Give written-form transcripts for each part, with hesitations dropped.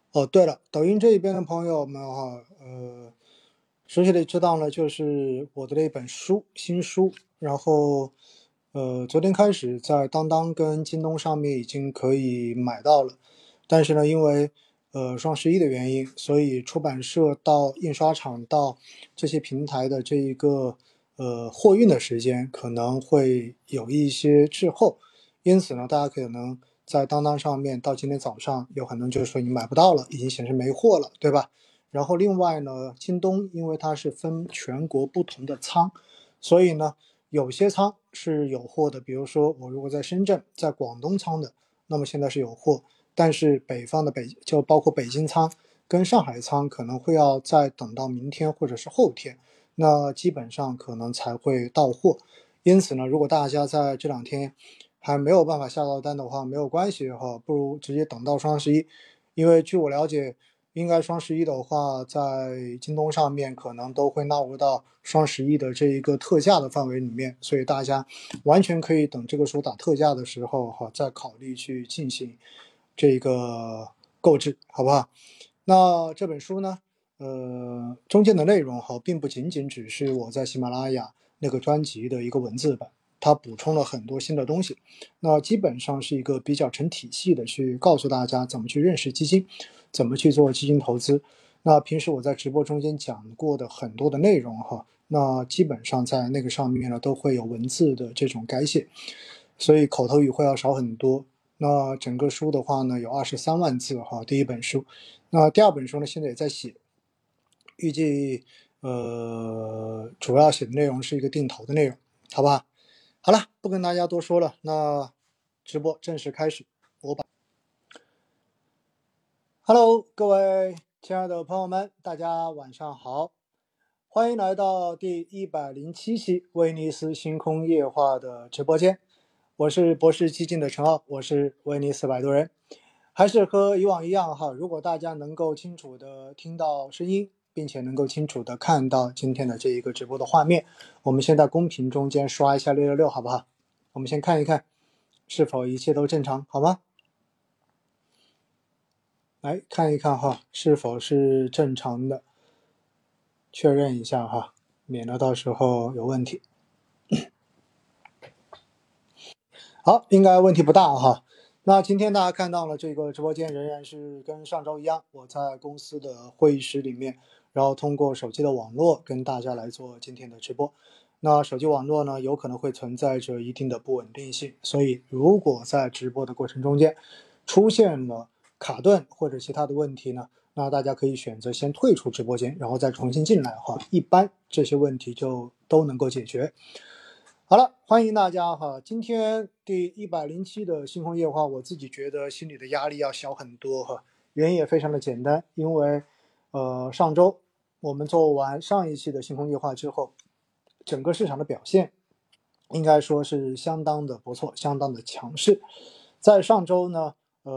哦，对了，抖音这一边的朋友们哈，熟悉的知道呢，就是我的那本书，新书，然后，昨天开始在当当跟京东上面已经可以买到了，但是呢，因为双十一的原因，所以出版社到印刷厂到这些平台的这一个货运的时间可能会有一些滞后，因此呢，大家可能在当当上面到今天早上有很多人就是说你买不到了，已经显示没货了，对吧？然后另外呢，京东因为它是分全国不同的仓，所以呢，有些仓是有货的，比如说我如果在深圳，在广东仓的，那么现在是有货，但是北方的就包括北京仓跟上海仓可能会要再等到明天或者是后天，那基本上可能才会到货。因此呢，如果大家在这两天还没有办法下到单的话，没有关系哈，不如直接等到双十一，因为据我了解，应该双十一的话，在京东上面可能都会纳入到双十一的这一个特价的范围里面，所以大家完全可以等这个书打特价的时候哈，再考虑去进行这个购置，好不好？那这本书呢，中间的内容哈，并不仅仅只是我在喜马拉雅那个专辑的一个文字版，它补充了很多新的东西。那基本上是一个比较成体系的去告诉大家怎么去认识基金，怎么去做基金投资。那平时我在直播中间讲过的很多的内容哈，那基本上在那个上面呢都会有文字的这种改写，所以口头语会要少很多。那整个书的话呢，有23万字哈，第一本书。那第二本书呢，现在也在写，预计主要写的内容是一个定投的内容，好吧？好了，不跟大家多说了，那直播正式开始。Hello，各位亲爱的朋友们，大家晚上好，欢迎来到第107期威尼斯星空夜话的直播间。我是博士基金的陈浩，我是威尼斯摆渡人。还是和以往一样哈，如果大家能够清楚的听到声音，并且能够清楚的看到今天的这一个直播的画面，我们先在公屏中间刷一下666，好不好？我们先看一看是否一切都正常，好吗？来看一看哈，是否是正常的，确认一下哈，免得到时候有问题。好，应该问题不大哈。那今天大家看到了这个直播间仍然是跟上周一样，我在公司的会议室里面，然后通过手机的网络跟大家来做今天的直播。那手机网络呢，有可能会存在着一定的不稳定性，所以如果在直播的过程中间出现了卡顿或者其他的问题呢，那大家可以选择先退出直播间，然后再重新进来哈，一般这些问题就都能够解决。好了，欢迎大家哈！今天第107的星空夜话，我自己觉得心里的压力要小很多哈。原因也非常的简单，因为上周我们做完上一期的星空夜话之后，整个市场的表现应该说是相当的不错，相当的强势。在上周呢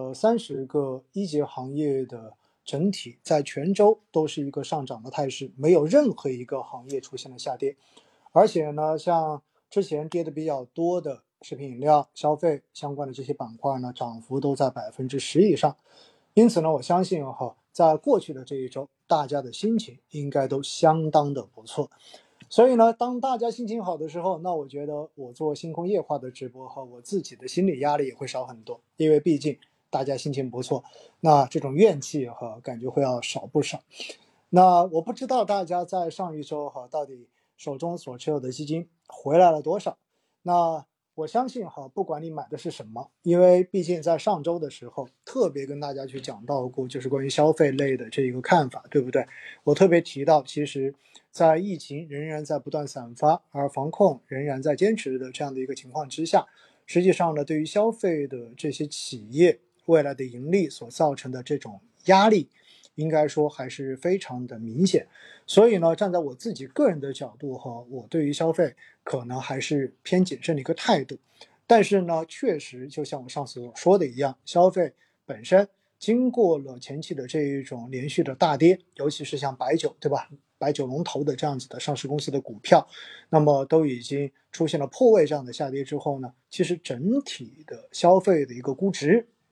，30个一级行业的整体在全周都是一个上涨的态势，没有任何一个行业出现了下跌。而且呢，像之前跌的比较多的食品饮料、消费相关的这些板块呢，涨幅都在10%以上。因此呢，我相信哈，在过去的这一周，大家的心情应该都相当的不错。所以呢，当大家心情好的时候，那我觉得我做星空夜话的直播和我自己的心理压力也会少很多，因为毕竟大家心情不错，那这种怨气和感觉会要少不少。那我不知道大家在上一周哈，到底手中所持有的基金回来了多少？那我相信哈，不管你买的是什么，因为毕竟在上周的时候特别跟大家去讲到过，就是关于消费类的这一个看法，对不对？我特别提到，其实在疫情仍然在不断散发，而防控仍然在坚持的这样的一个情况之下，实际上呢，对于消费的这些企业未来的盈利所造成的这种压力，应该说还是非常的明显。所以呢，站在我自己个人的角度哈，我对于消费可能还是偏谨慎的一个态度。但是呢，确实就像我上次所说的一样，消费本身经过了前期的这一种连续的大跌，尤其是像白酒，对吧？白酒龙头的这样子的上市公司的股票，那么都已经出现了破位这样的下跌之后呢，其实整体的消费的一个估值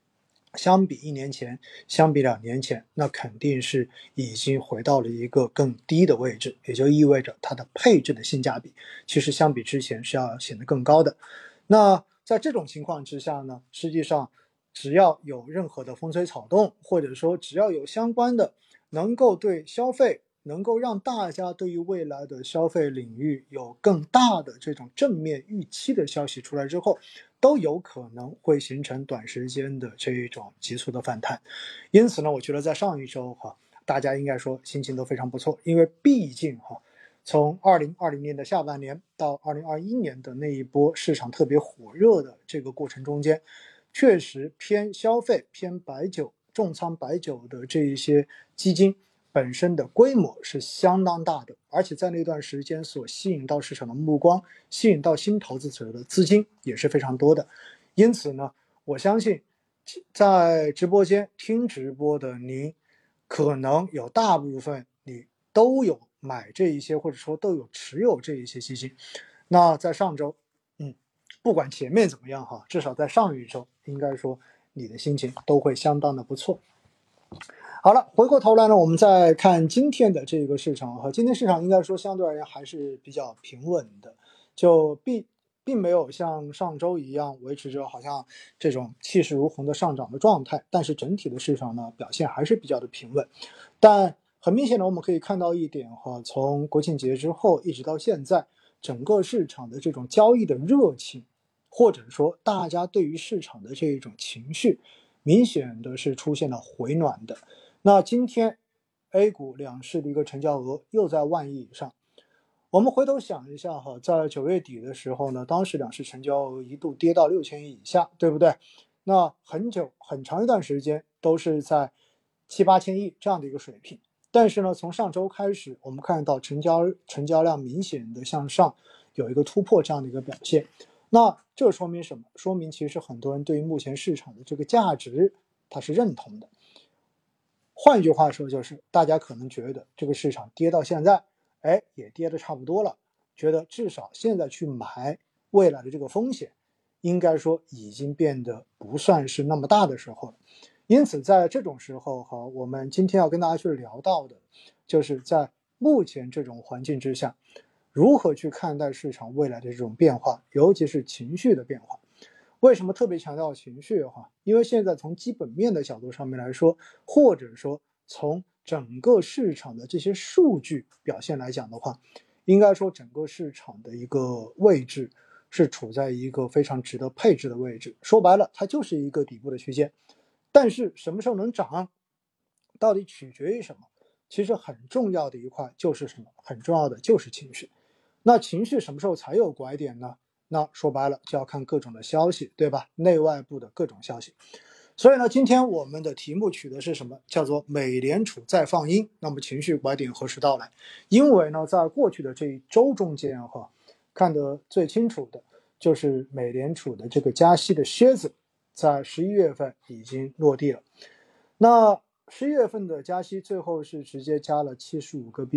相比1年前，相比2年前，那肯定是已经回到了一个更低的位置，也就意味着它的配置的性价比其实相比之前是要显得更高的。那在这种情况之下呢，实际上只要有任何的风吹草动，或者说只要有相关的能够对消费，能够让大家对于未来的消费领域有更大的这种正面预期的消息出来之后，都有可能会形成短时间的这一种急速的反弹。因此呢，我觉得在上一周大家应该说心情都非常不错，因为毕竟从2020年的下半年到2021年的那一波市场特别火热的这个过程中间，确实偏消费、偏白酒、重仓白酒的这一些基金本身的规模是相当大的，而且在那段时间所吸引到市场的目光、吸引到新投资者的资金也是非常多的。因此呢，我相信在直播间听直播的您，可能有大部分你都有买这一些，或者说都有持有这一些基金。那在上周，不管前面怎么样至少在上一周，应该说你的心情都会相当的不错。好了，回过头来呢，我们再看今天的这个市场今天市场应该说相对而言还是比较平稳的，就并没有像上周一样维持着好像这种气势如虹的上涨的状态，但是整体的市场呢表现还是比较的平稳。但很明显的我们可以看到一点从国庆节之后一直到现在，整个市场的这种交易的热情，或者说大家对于市场的这一种情绪，明显的是出现了回暖的。那今天 A 股两市的一个成交额又在10000亿以上。我们回头想一下在9月底的时候呢，当时两市成交额一度跌到6000亿以下，对不对？那很长一段时间都是在7、8千亿这样的一个水平。但是呢，从上周开始，我们看到成交量明显的向上，有一个突破这样的一个表现。那这说明什么？说明其实很多人对于目前市场的这个价值，它是认同的。换一句话说，就是大家可能觉得这个市场跌到现在，也跌得差不多了，觉得至少现在去买未来的这个风险，应该说已经变得不算是那么大的时候了。因此，在这种时候我们今天要跟大家去聊到的，就是在目前这种环境之下，如何去看待市场未来的这种变化，尤其是情绪的变化。为什么特别强调情绪因为现在从基本面的角度上面来说，或者说从整个市场的这些数据表现来讲的话，应该说整个市场的一个位置是处在一个非常值得配置的位置。说白了，它就是一个底部的区间。但是什么时候能涨，到底取决于什么？其实很重要的一块就是什么？很重要的就是情绪。那情绪什么时候才有拐点呢？那说白了就要看各种的消息，对吧？内外部的各种消息。所以呢，今天我们的题目取的是什么？叫做美联储再放鹰，那么情绪拐点何时到来？因为呢，在过去的这一周中间看得最清楚的就是美联储的这个加息的靴子，在11月份已经落地了。那11月份的加息最后是直接加了75个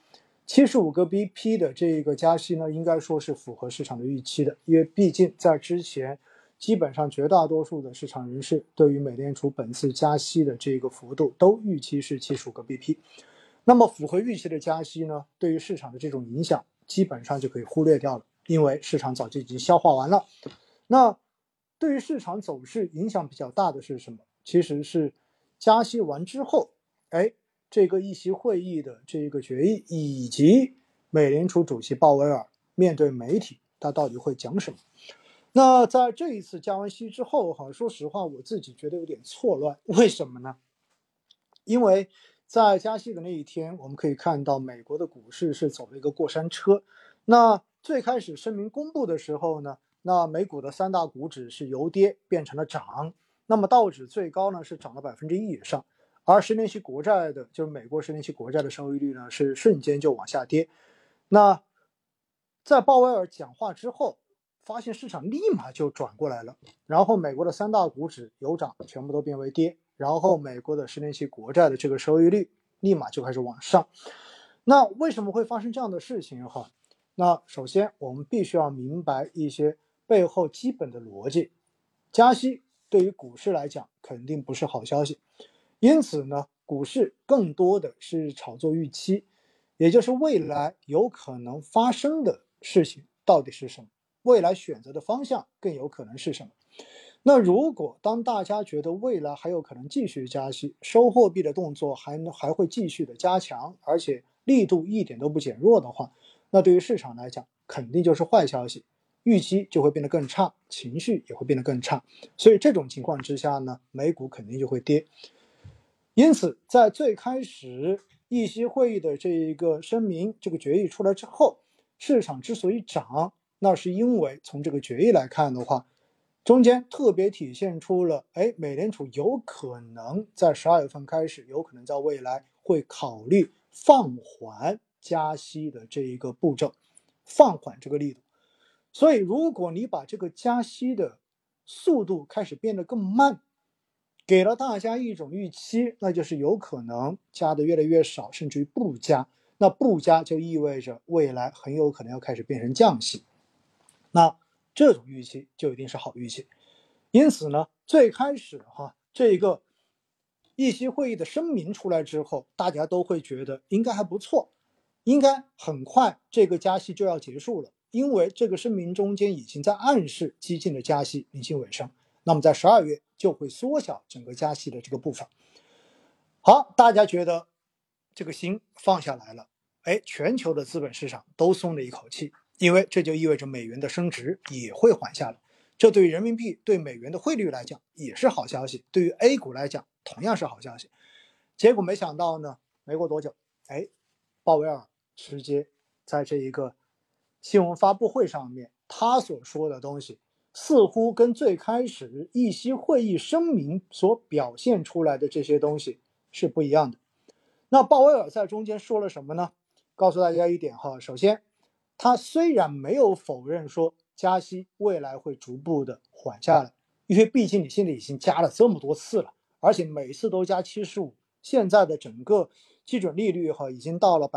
BP。75个 BP 的这个加息呢，应该说是符合市场的预期的，因为毕竟在之前，基本上绝大多数的市场人士对于美联储本次加息的这个幅度都预期是75个 BP。那么符合预期的加息呢，对于市场的这种影响基本上就可以忽略掉了，因为市场早就已经消化完了。那对于市场走势影响比较大的是什么？其实是加息完之后，这个议息会议的这个决议，以及美联储主席鲍威尔面对媒体，他到底会讲什么？那在这一次加完息之后说实话我自己觉得有点错乱。为什么呢？因为在加息的那一天，我们可以看到美国的股市是走了一个过山车。那最开始声明公布的时候呢，那美股的3大股指是由跌变成了涨，那么道指最高呢是涨了1%以上，而10年期国债的，就是美国10年期国债的收益率呢是瞬间就往下跌。那在鲍威尔讲话之后，发现市场立马就转过来了，然后美国的3大股指由涨全部都变为跌，然后美国的10年期国债的这个收益率立马就开始往上。那为什么会发生这样的事情那首先我们必须要明白一些背后基本的逻辑。加息对于股市来讲肯定不是好消息。因此呢，股市更多的是炒作预期，也就是未来有可能发生的事情到底是什么，未来选择的方向更有可能是什么。那如果当大家觉得未来还有可能继续加息，收货币的动作还会继续的加强，而且力度一点都不减弱的话，那对于市场来讲肯定就是坏消息，预期就会变得更差，情绪也会变得更差。所以这种情况之下呢，美股肯定就会跌。因此在最开始议息会议的这一个声明，这个决议出来之后，市场之所以涨，那是因为从这个决议来看的话，中间特别体现出了美联储有可能在12月份开始，有可能在未来会考虑放缓加息的这一个步骤，放缓这个力度。所以如果你把这个加息的速度开始变得更慢，给了大家一种预期，那就是有可能加的越来越少，甚至于不加。那不加就意味着未来很有可能要开始变成降息，那这种预期就一定是好预期。因此呢，最开始这个议息会议的声明出来之后，大家都会觉得应该还不错，应该很快这个加息就要结束了，因为这个声明中间已经在暗示激进的加息临近尾声，那么在12月就会缩小整个加息的这个步伐。好，大家觉得这个心放下来了，全球的资本市场都松了一口气，因为这就意味着美元的升值也会缓下来，这对于人民币对美元的汇率来讲也是好消息，对于 A 股来讲同样是好消息。结果没想到呢，没过多久，鲍威尔直接在这一个新闻发布会上面，他所说的东西似乎跟最开始议息会议声明所表现出来的这些东西是不一样的。那鲍威尔在中间说了什么呢？告诉大家一点首先，他虽然没有否认说加息未来会逐步的缓下来，因为毕竟你现在已经加了这么多次了，而且每次都加75%，现在的整个基准利率已经到了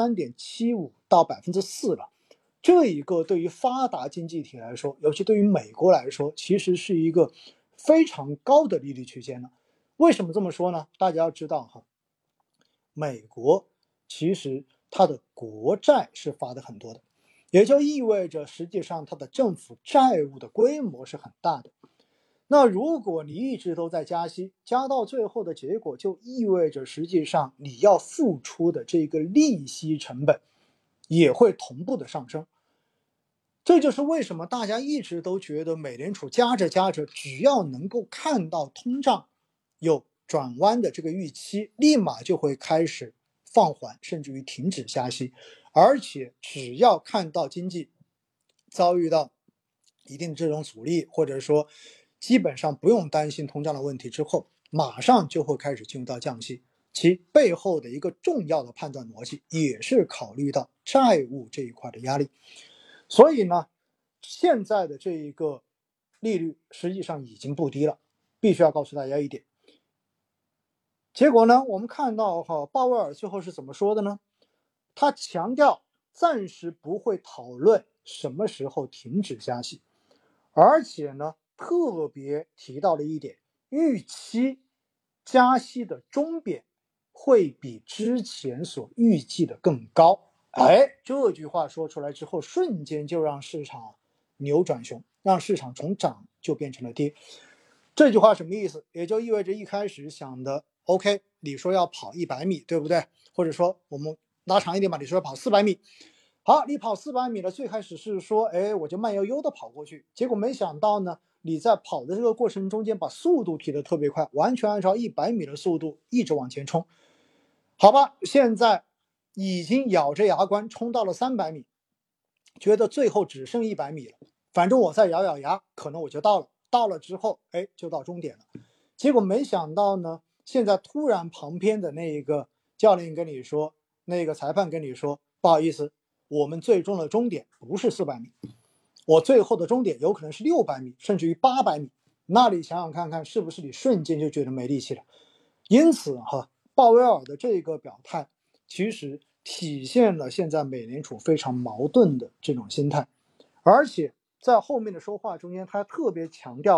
3.75% 到 4% 了。这一个对于发达经济体来说，尤其对于美国来说，其实是一个非常高的利率区间了。为什么这么说呢？大家要知道美国其实它的国债是发的很多的，也就意味着实际上它的政府债务的规模是很大的。那如果你一直都在加息，加到最后的结果就意味着实际上你要付出的这个利息成本也会同步的上升。这就是为什么大家一直都觉得美联储加着加着，只要能够看到通胀有转弯的这个预期，立马就会开始放缓，甚至于停止加息。而且只要看到经济遭遇到一定这种阻力，或者说基本上不用担心通胀的问题之后，马上就会开始进入到降息。其背后的一个重要的判断逻辑也是考虑到债务这一块的压力。所以呢，现在的这一个利率实际上已经不低了，必须要告诉大家一点。结果呢，我们看到鲍威尔最后是怎么说的呢？他强调暂时不会讨论什么时候停止加息，而且呢，特别提到了一点，预期加息的终点会比之前所预计的更高。这句话说出来之后，瞬间就让市场扭转熊，让市场从涨就变成了跌。这句话什么意思？也就意味着一开始想的 OK， 你说要跑100米，对不对？或者说我们拉长一点吧，你说要跑400米。好，你跑400米了，最开始是说，我就慢悠悠的跑过去，结果没想到呢，你在跑的这个过程中间把速度提得特别快，完全按照100米的速度一直往前冲。好吧，现在已经咬着牙关冲到了300米，觉得最后只剩100米了，反正我再咬咬牙，可能我就到了。到了之后，就到终点了。结果没想到呢，现在突然旁边的那一个教练跟你说，那个裁判跟你说，不好意思，我们最终的终点不是400米，我最后的终点有可能是600米，甚至于800米。那你想想看看，是不是你瞬间就觉得没力气了？因此鲍威尔的这个表态，其实体现了现在美联储非常矛盾的这种心态，而且在后面的说话中间，他特别强调了，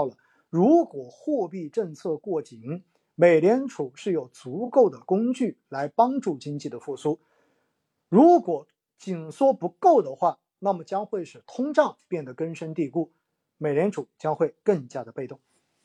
如果货币政策过紧，美联储是有足够的工具来帮助经济的复苏。如果紧缩不够的话，那么将会使通胀变得根深蒂固，美联储将会更加的被动。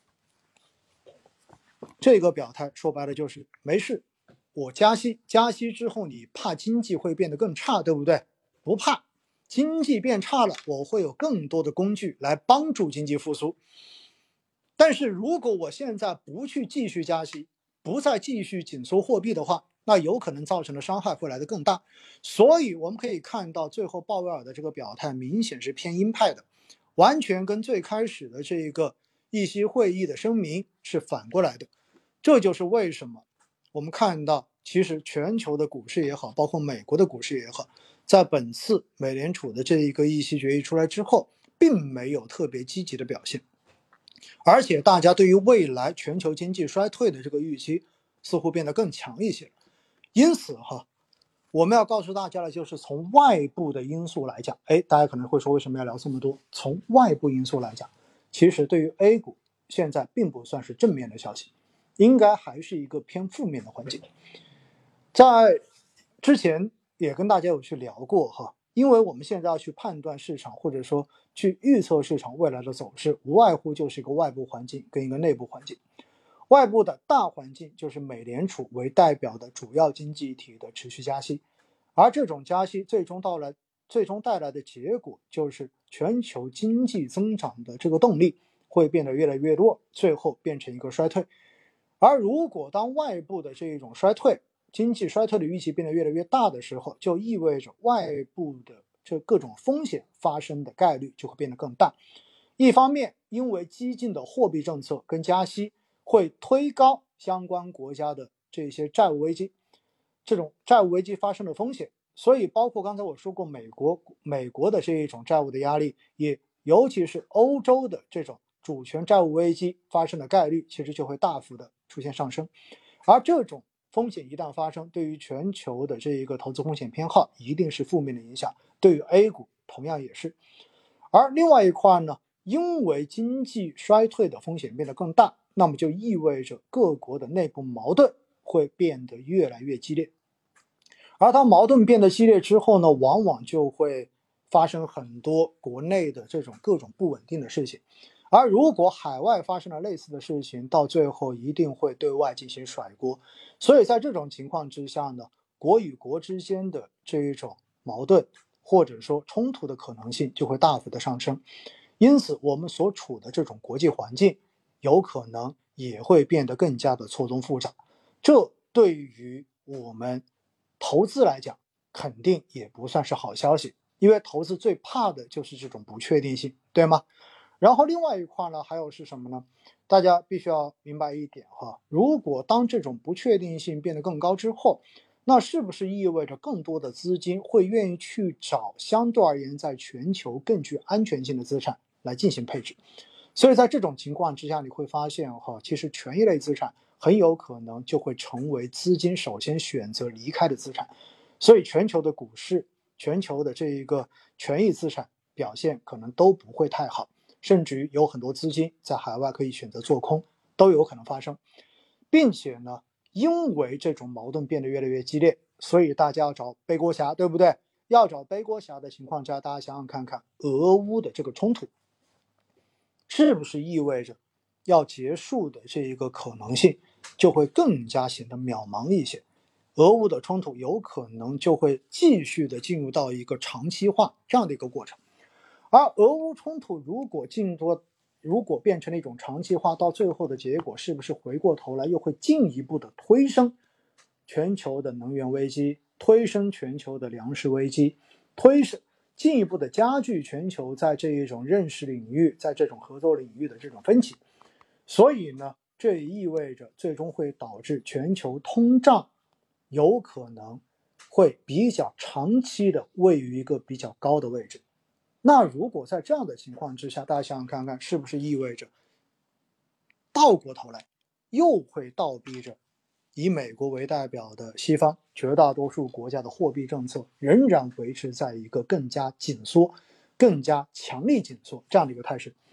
这个表态说白了就是没事，我加息，加息之后你怕经济会变得更差，对不对？不怕，经济变差了，我会有更多的工具来帮助经济复苏。但是如果我现在不去继续加息，不再继续紧缩货币的话，那有可能造成的伤害会来得更大。所以我们可以看到，最后鲍威尔的这个表态明显是偏鹰派的，完全跟最开始的这个议息会议的声明是反过来的。这就是为什么我们看到，其实全球的股市也好，包括美国的股市也好，在本次美联储的这一个议息决议出来之后，并没有特别积极的表现。而且大家对于未来全球经济衰退的这个预期似乎变得更强一些。因此我们要告诉大家的就是从外部的因素来讲，大家可能会说为什么要聊这么多？从外部因素来讲，其实对于 A 股现在并不算是正面的消息，应该还是一个偏负面的环境。在之前也跟大家有去聊过因为我们现在要去判断市场，或者说去预测市场未来的走势，无外乎就是一个外部环境跟一个内部环境。外部的大环境就是美联储为代表的主要经济体的持续加息，而这种加息最终带来的结果就是全球经济增长的这个动力会变得越来越弱，最后变成一个衰退。而如果当外部的这一种衰退，经济衰退的预期变得越来越大的时候，就意味着外部的这各种风险发生的概率就会变得更大。一方面，因为激进的货币政策跟加息会推高相关国家的这些债务危机，这种债务危机发生的风险，所以包括刚才我说过美国的这一种债务的压力，也尤其是欧洲的这种主权债务危机发生的概率，其实就会大幅的出现上升。而这种风险一旦发生，对于全球的这一个投资风险偏好一定是负面的影响，对于 A 股同样也是。而另外一块呢，因为经济衰退的风险变得更大，那么就意味着各国的内部矛盾会变得越来越激烈。而当矛盾变得激烈之后呢，往往就会发生很多国内的这种各种不稳定的事情。而如果海外发生了类似的事情，到最后一定会对外进行甩锅。所以在这种情况之下呢，国与国之间的这一种矛盾或者说冲突的可能性就会大幅的上升。因此我们所处的这种国际环境有可能也会变得更加的错综复杂。这对于我们投资来讲肯定也不算是好消息，因为投资最怕的就是这种不确定性，对吗？然后另外一块呢，还有是什么呢？大家必须要明白一点如果当这种不确定性变得更高之后，那是不是意味着更多的资金会愿意去找相对而言在全球更具安全性的资产来进行配置？所以在这种情况之下，你会发现其实权益类资产很有可能就会成为资金首先选择离开的资产。所以全球的股市，全球的这一个权益资产表现可能都不会太好，甚至于有很多资金在海外可以选择做空，都有可能发生。并且呢，因为这种矛盾变得越来越激烈，所以大家要找背锅侠，对不对？要找背锅侠的情况下，大家想想看看，俄乌的这个冲突是不是意味着要结束的这一个可能性就会更加显得渺茫一些？俄乌的冲突有可能就会继续的进入到一个长期化这样的一个过程。而俄乌冲突如果变成了一种长期化，到最后的结果是不是回过头来又会进一步的推升全球的能源危机，推升全球的粮食危机，进一步的加剧全球在这一种认识领域，在这种合作领域的这种分歧。所以呢，这也意味着最终会导致全球通胀有可能会比较长期的位于一个比较高的位置。那如果在这样的情况之下，大家想想看看，是不是意味着倒过头来又会倒逼着以美国为代表的西方绝大多数国家的货币政策仍然维持在一个更加紧缩、更加强力紧缩这样的一个态势？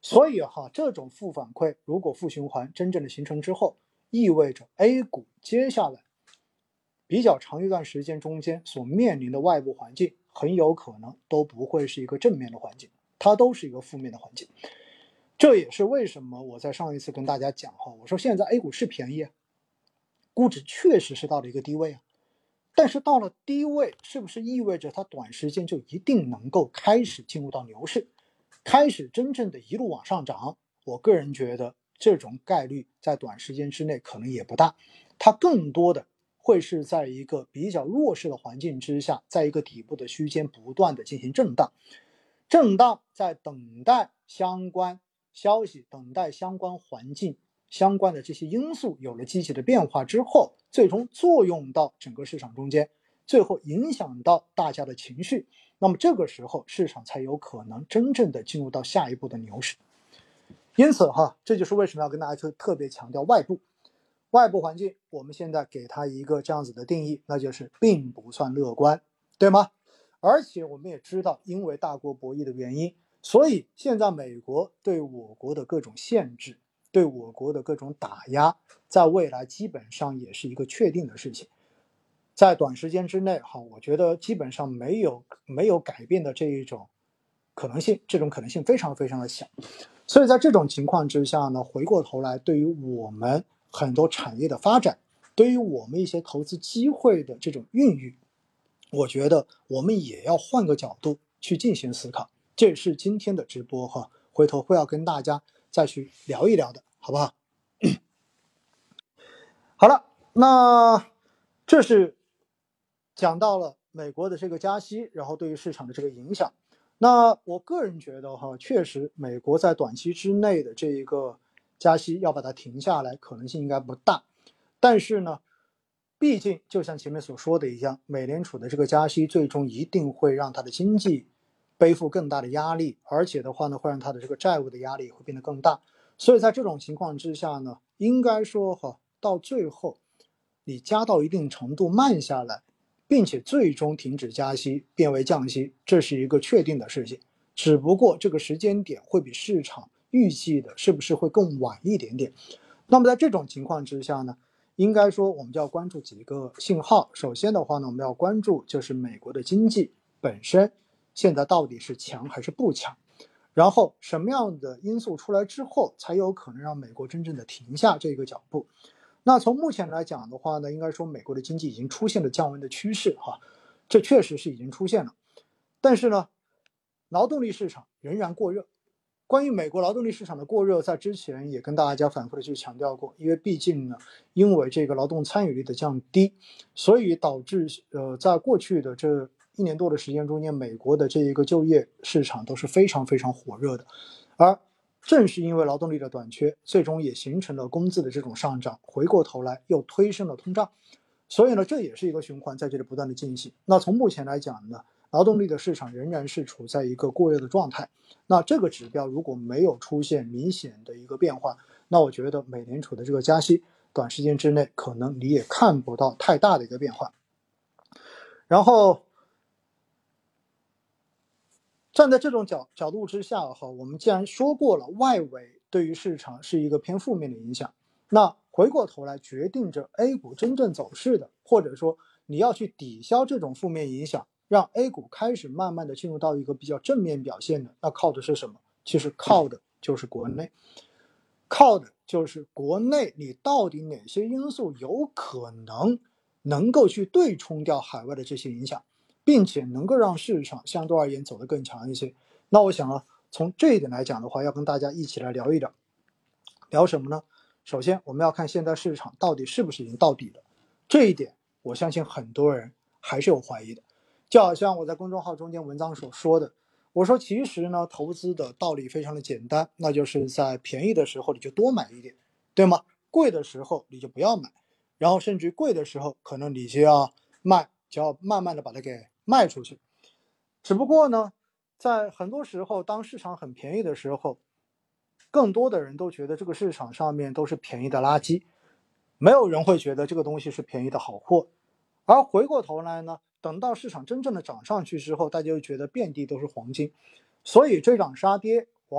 所以这种负反馈如果负循环真正的形成之后，意味着 A 股接下来比较长一段时间中间所面临的外部环境很有可能都不会是一个正面的环境，它都是一个负面的环境。这也是为什么我在上一次跟大家讲我说现在 A 股是便宜估值确实是到了一个低位但是到了低位是不是意味着它短时间就一定能够开始进入到牛市，开始真正的一路往上涨？我个人觉得这种概率在短时间之内可能也不大，它更多的会是在一个比较弱势的环境之下，在一个底部的区间不断的进行震荡，在等待相关消息，等待相关环境相关的这些因素有了积极的变化之后，最终作用到整个市场中间，最后影响到大家的情绪，那么这个时候市场才有可能真正的进入到下一步的牛市。因此这就是为什么要跟大家特别强调外部环境，我们现在给它一个这样子的定义，那就是并不算乐观，对吗？而且我们也知道，因为大国博弈的原因，所以现在美国对我国的各种限制，对我国的各种打压，在未来基本上也是一个确定的事情。在短时间之内我觉得基本上没有改变的这一种可能性，这种可能性非常非常的小。所以在这种情况之下呢，回过头来对于我们很多产业的发展，对于我们一些投资机会的这种孕育，我觉得我们也要换个角度去进行思考。这也是今天的直播回头会要跟大家再去聊一聊的，好不好？好了，那这是讲到了美国的这个加息，然后对于市场的这个影响。那我个人觉得确实美国在短期之内的这一个加息要把它停下来，可能性应该不大。但是呢，毕竟就像前面所说的一样，美联储的这个加息最终一定会让它的经济背负更大的压力，而且的话呢，会让它的这个债务的压力会变得更大。所以在这种情况之下呢，应该说到最后你加到一定程度慢下来，并且最终停止加息变为降息，这是一个确定的事情。只不过这个时间点会比市场预计的是不是会更晚一点点。那么在这种情况之下呢，应该说我们就要关注几个信号。首先的话呢，我们要关注就是美国的经济本身现在到底是强还是不强，然后什么样的因素出来之后才有可能让美国真正的停下这个脚步。那从目前来讲的话呢，应该说美国的经济已经出现了降温的趋势这确实是已经出现了。但是呢，劳动力市场仍然过热。关于美国劳动力市场的过热，在之前也跟大家反复的去强调过，因为毕竟呢，因为这个劳动参与率的降低，所以导致在过去的这1年多的时间中间，美国的这一个就业市场都是非常非常火热的，而正是因为劳动力的短缺，最终也形成了工资的这种上涨，回过头来又推升了通胀，所以呢，这也是一个循环在这里不断的进行。那从目前来讲呢，劳动力的市场仍然是处在一个过热的状态。那这个指标如果没有出现明显的一个变化，那我觉得美联储的这个加息，短时间之内可能你也看不到太大的一个变化。然后站在这种角度之下我们既然说过了外围对于市场是一个偏负面的影响，那回过头来决定着 A 股真正走势的，或者说你要去抵消这种负面影响，让 A 股开始慢慢的进入到一个比较正面表现的，那靠的是什么？其实靠的就是国内，靠的就是国内你到底哪些因素有可能够去对冲掉海外的这些影响，并且能够让市场相对而言走得更强一些。那我想从这一点来讲的话，要跟大家一起来聊一聊。聊什么呢？首先我们要看现在市场到底是不是已经到底了，这一点我相信很多人还是有怀疑的。就好像我在公众号中间文章所说的，我说其实呢，投资的道理非常的简单，那就是在便宜的时候你就多买一点，对吗？贵的时候你就不要买，然后甚至贵的时候可能你就要卖，就要慢慢的把它给卖出去。只不过呢，在很多时候当市场很便宜的时候，更多的人都觉得这个市场上面都是便宜的垃圾，没有人会觉得这个东西是便宜的好货。而回过头来呢，等到市场真正的涨上去之后，大家就觉得遍地都是黄金，所以追涨杀跌往往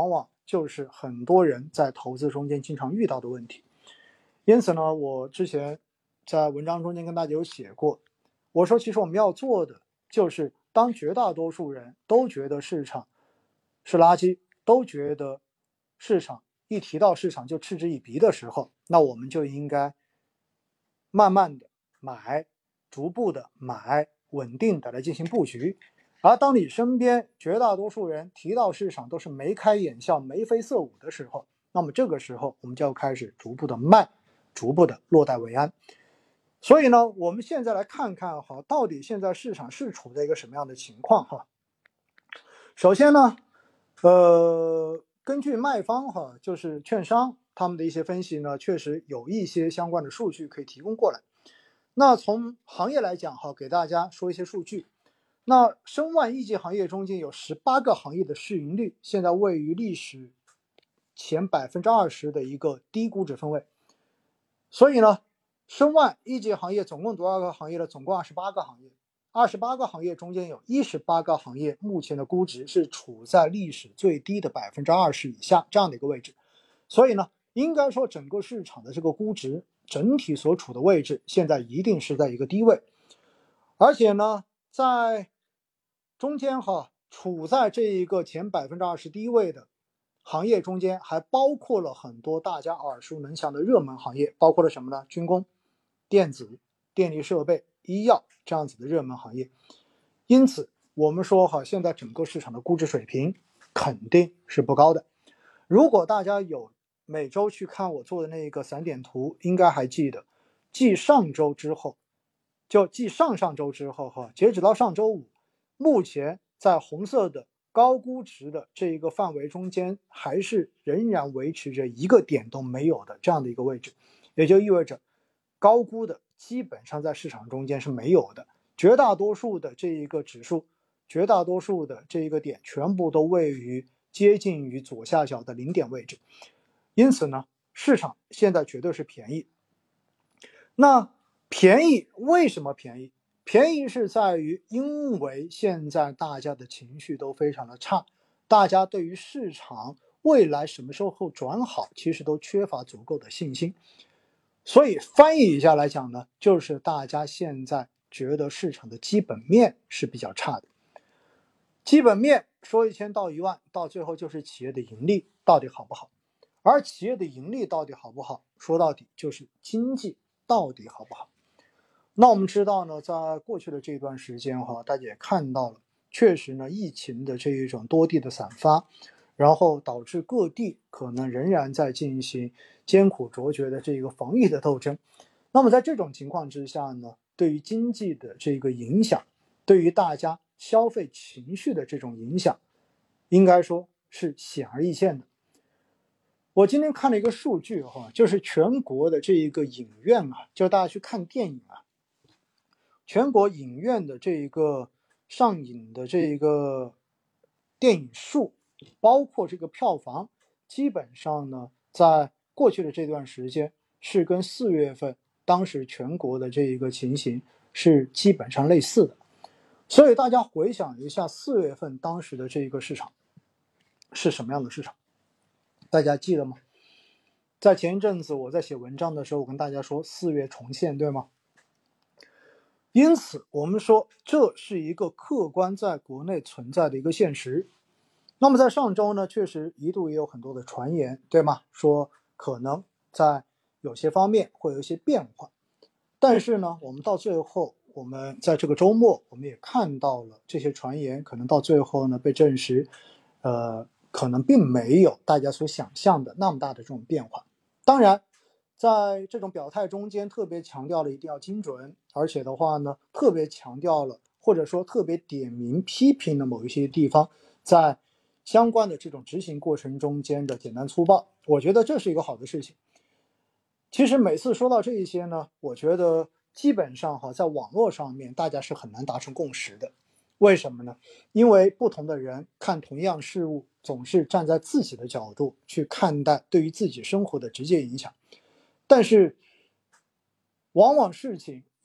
就是很多人在投资中间经常遇到的问题。因此呢，我之前在文章中间跟大家有写过，我说其实我们要做的就是当绝大多数人都觉得市场是垃圾，都觉得市场一提到市场就嗤之以鼻的时候，那我们就应该慢慢的买，逐步的买，稳定的来进行布局。而当你身边绝大多数人提到市场都是眉开眼笑、眉飞色舞的时候，那么这个时候我们就要开始逐步的卖，逐步的落袋为安。所以呢，我们现在来看看哈，到底现在市场是处在一个什么样的情况哈。首先呢，根据卖方哈，就是券商他们的一些分析呢，确实有一些相关的数据可以提供过来。那从行业来讲哈，给大家说一些数据。那申万一级行业中间有18个行业的市盈率现在位于历史前20%的一个低估值分位。所以呢，申万一级行业总共多少个行业呢？总共28个行业。28个行业中间有18个行业目前的估值是处在历史最低的20%以下这样的一个位置。所以呢，应该说整个市场的这个估值整体所处的位置现在一定是在一个低位。而且呢，在中间处在这一个前20%低位的行业中间，还包括了很多大家耳熟能详的热门行业，包括了什么呢？军工、电子、电力设备、医药这样子的热门行业。因此我们说现在整个市场的估值水平肯定是不高的。如果大家有每周去看我做的那个散点图，应该还记得，继上周之后，就继上上周之后截止到上周五，目前在红色的高估值的这一个范围中间，还是仍然维持着一个点都没有的这样的一个位置，也就意味着高估的基本上在市场中间是没有的，绝大多数的这一个指数，绝大多数的这一个点全部都位于接近于左下角的0点位置。因此呢，市场现在绝对是便宜。那便宜为什么便宜？便宜是在于因为现在大家的情绪都非常的差，大家对于市场未来什么时候转好其实都缺乏足够的信心。所以翻译一下来讲呢，就是大家现在觉得市场的基本面是比较差的。基本面说1000道10000，到最后就是企业的盈利到底好不好。而企业的盈利到底好不好，说到底就是经济到底好不好。那我们知道呢，在过去的这段时间大家也看到了，确实呢，疫情的这一种多地的散发，然后导致各地可能仍然在进行艰苦卓绝的这个防疫的斗争。那么在这种情况之下呢，对于经济的这个影响，对于大家消费情绪的这种影响，应该说是显而易见的。我今天看了一个数据就是全国的这一个影院就大家去看电影全国影院的这一个上映的这一个电影数，包括这个票房，基本上呢，在过去的这段时间是跟4月份当时全国的这一个情形是基本上类似的。所以大家回想一下4月份当时的这一个市场是什么样的市场，大家记得吗？在前一阵子我在写文章的时候，我跟大家说4月重现，对吗？因此我们说这是一个客观在国内存在的一个现实。那么在上周呢，确实一度也有很多的传言，对吗？说可能在有些方面会有一些变化。但是呢，我们到最后，我们在这个周末我们也看到了这些传言可能到最后呢被证实，可能并没有大家所想象的那么大的这种变化。当然在这种表态中间特别强调了一定要精准，而且的话呢特别强调了或者说特别点名批评了某一些地方在相关的这种执行过程中间的简单粗暴，我觉得这是一个好的事情。其实每次说到这一些呢，我觉得基本上在网络上面大家是很难达成共识的。为什么呢？因为不同的人看同样事物总是站在自己的角度去看待对于自己生活的直接影响，但是往往事情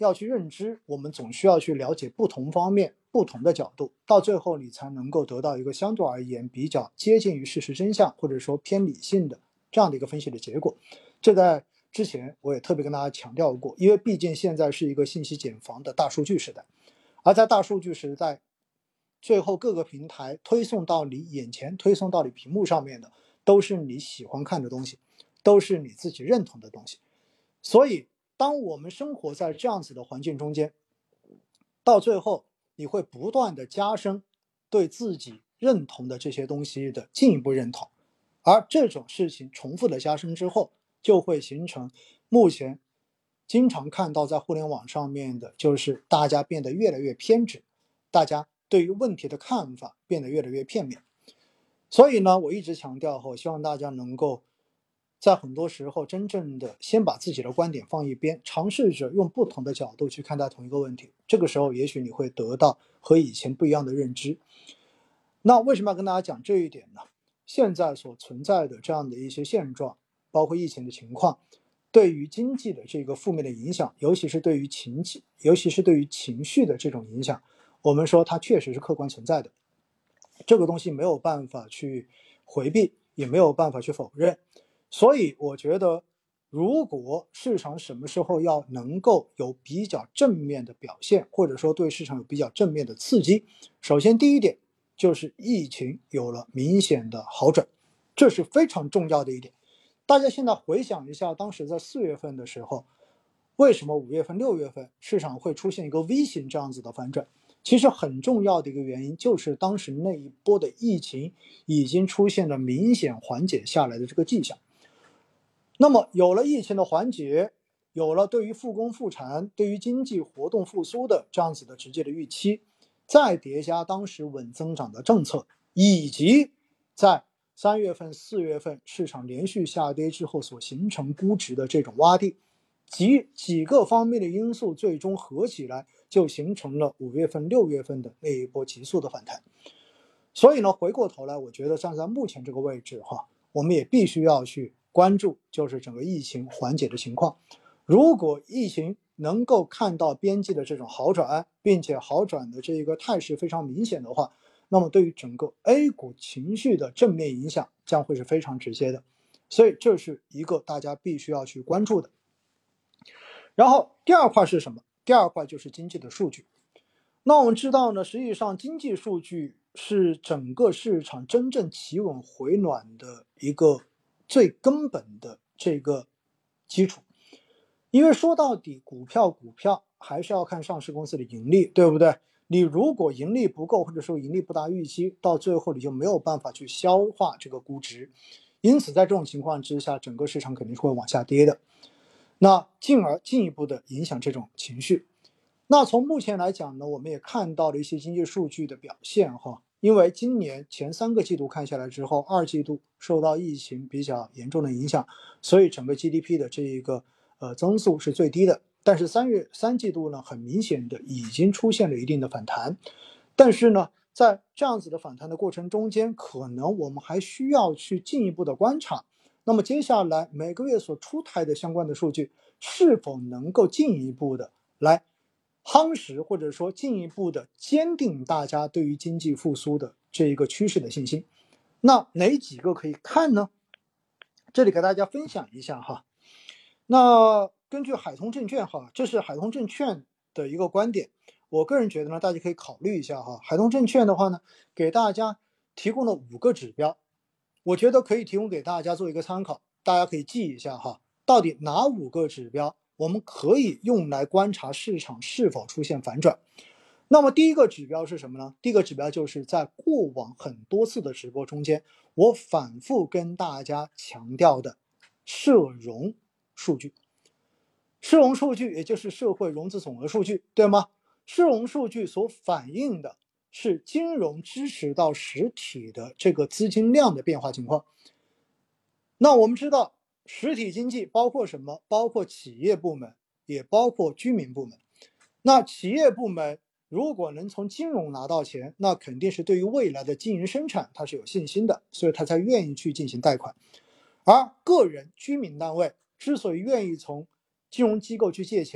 要去认知，我们总需要去了解不同方面、不同的角度，到最后你才能够得到一个相对而言比较接近于事实真相，或者说偏理性的这样的一个分析的结果。这在之前我也特别跟大家强调过，因为毕竟现在是一个信息茧房的大数据时代，而在大数据时代，最后各个平台推送到你眼前、推送到你屏幕上面的，都是你喜欢看的东西，都是你自己认同的东西。所以当我们生活在这样子的环境中间，到最后你会不断的加深对自己认同的这些东西的进一步认同，而这种事情重复的加深之后，就会形成目前经常看到在互联网上面的，就是大家变得越来越偏执，大家对于问题的看法变得越来越片面。所以呢，我一直强调后，希望大家能够在很多时候真正的先把自己的观点放一边，尝试着用不同的角度去看待同一个问题。这个时候，也许你会得到和以前不一样的认知。那为什么要跟大家讲这一点呢？现在所存在的这样的一些现状，包括疫情的情况，对于经济的这个负面的影响，尤其是对于情绪的这种影响，我们说它确实是客观存在的。这个东西没有办法去回避，也没有办法去否认。所以我觉得，如果市场什么时候要能够有比较正面的表现，或者说对市场有比较正面的刺激，首先第一点就是疫情有了明显的好转，这是非常重要的一点。大家现在回想一下，当时在4月份的时候，为什么5月份、6月份市场会出现一个 V 型这样子的反转？其实很重要的一个原因就是当时那一波的疫情已经出现了明显缓解下来的这个迹象。那么有了疫情的缓解，有了对于复工复产、对于经济活动复苏的这样子的直接的预期，再叠加当时稳增长的政策，以及在3月份、4月份市场连续下跌之后所形成估值的这种洼地，几个方面的因素最终合起来，就形成了5月份、6月份的那一波急速的反弹。所以呢，回过头来，我觉得站在目前这个位置我们也必须要去关注，就是整个疫情缓解的情况。如果疫情能够看到边际的这种好转，并且好转的这一个态势非常明显的话，那么对于整个 A 股情绪的正面影响将会是非常直接的。所以这是一个大家必须要去关注的。然后第二块是什么？第二块就是经济的数据。那我们知道呢，实际上经济数据是整个市场真正企稳回暖的一个最根本的这个基础。因为说到底，股票还是要看上市公司的盈利，对不对？你如果盈利不够，或者说盈利不达预期，到最后你就没有办法去消化这个估值。因此在这种情况之下，整个市场肯定是会往下跌的，那进而进一步的影响这种情绪。那从目前来讲呢，我们也看到了一些经济数据的表现因为今年前3个季度看下来之后，2季度受到疫情比较严重的影响，所以整个 GDP 的这一个增速是最低的。但是3季度呢，很明显的已经出现了一定的反弹。但是呢，在这样子的反弹的过程中间，可能我们还需要去进一步的观察。那么接下来每个月所出台的相关的数据，是否能够进一步的来夯实，或者说进一步的坚定大家对于经济复苏的这一个趋势的信心。那哪几个可以看呢？这里给大家分享一下那根据海通证券这是海通证券的一个观点，我个人觉得呢，大家可以考虑一下海通证券的话呢，给大家提供了5个指标，我觉得可以提供给大家做一个参考，大家可以记一下到底哪5个指标我们可以用来观察市场是否出现反转。那么第一个指标是什么呢？第一个指标就是在过往很多次的直播中间，我反复跟大家强调的社融数据。社融数据也就是社会融资总额数据，对吗？社融数据所反映的是金融支持到实体的这个资金量的变化情况。那我们知道实体经济包括什么？包括企业部门，也包括居民部门。那企业部门如果能从金融拿到钱，那肯定是对于未来的经营生产它是有信心的，所以他才愿意去进行贷款。而个人居民单位之所以愿意从金融机构去借钱，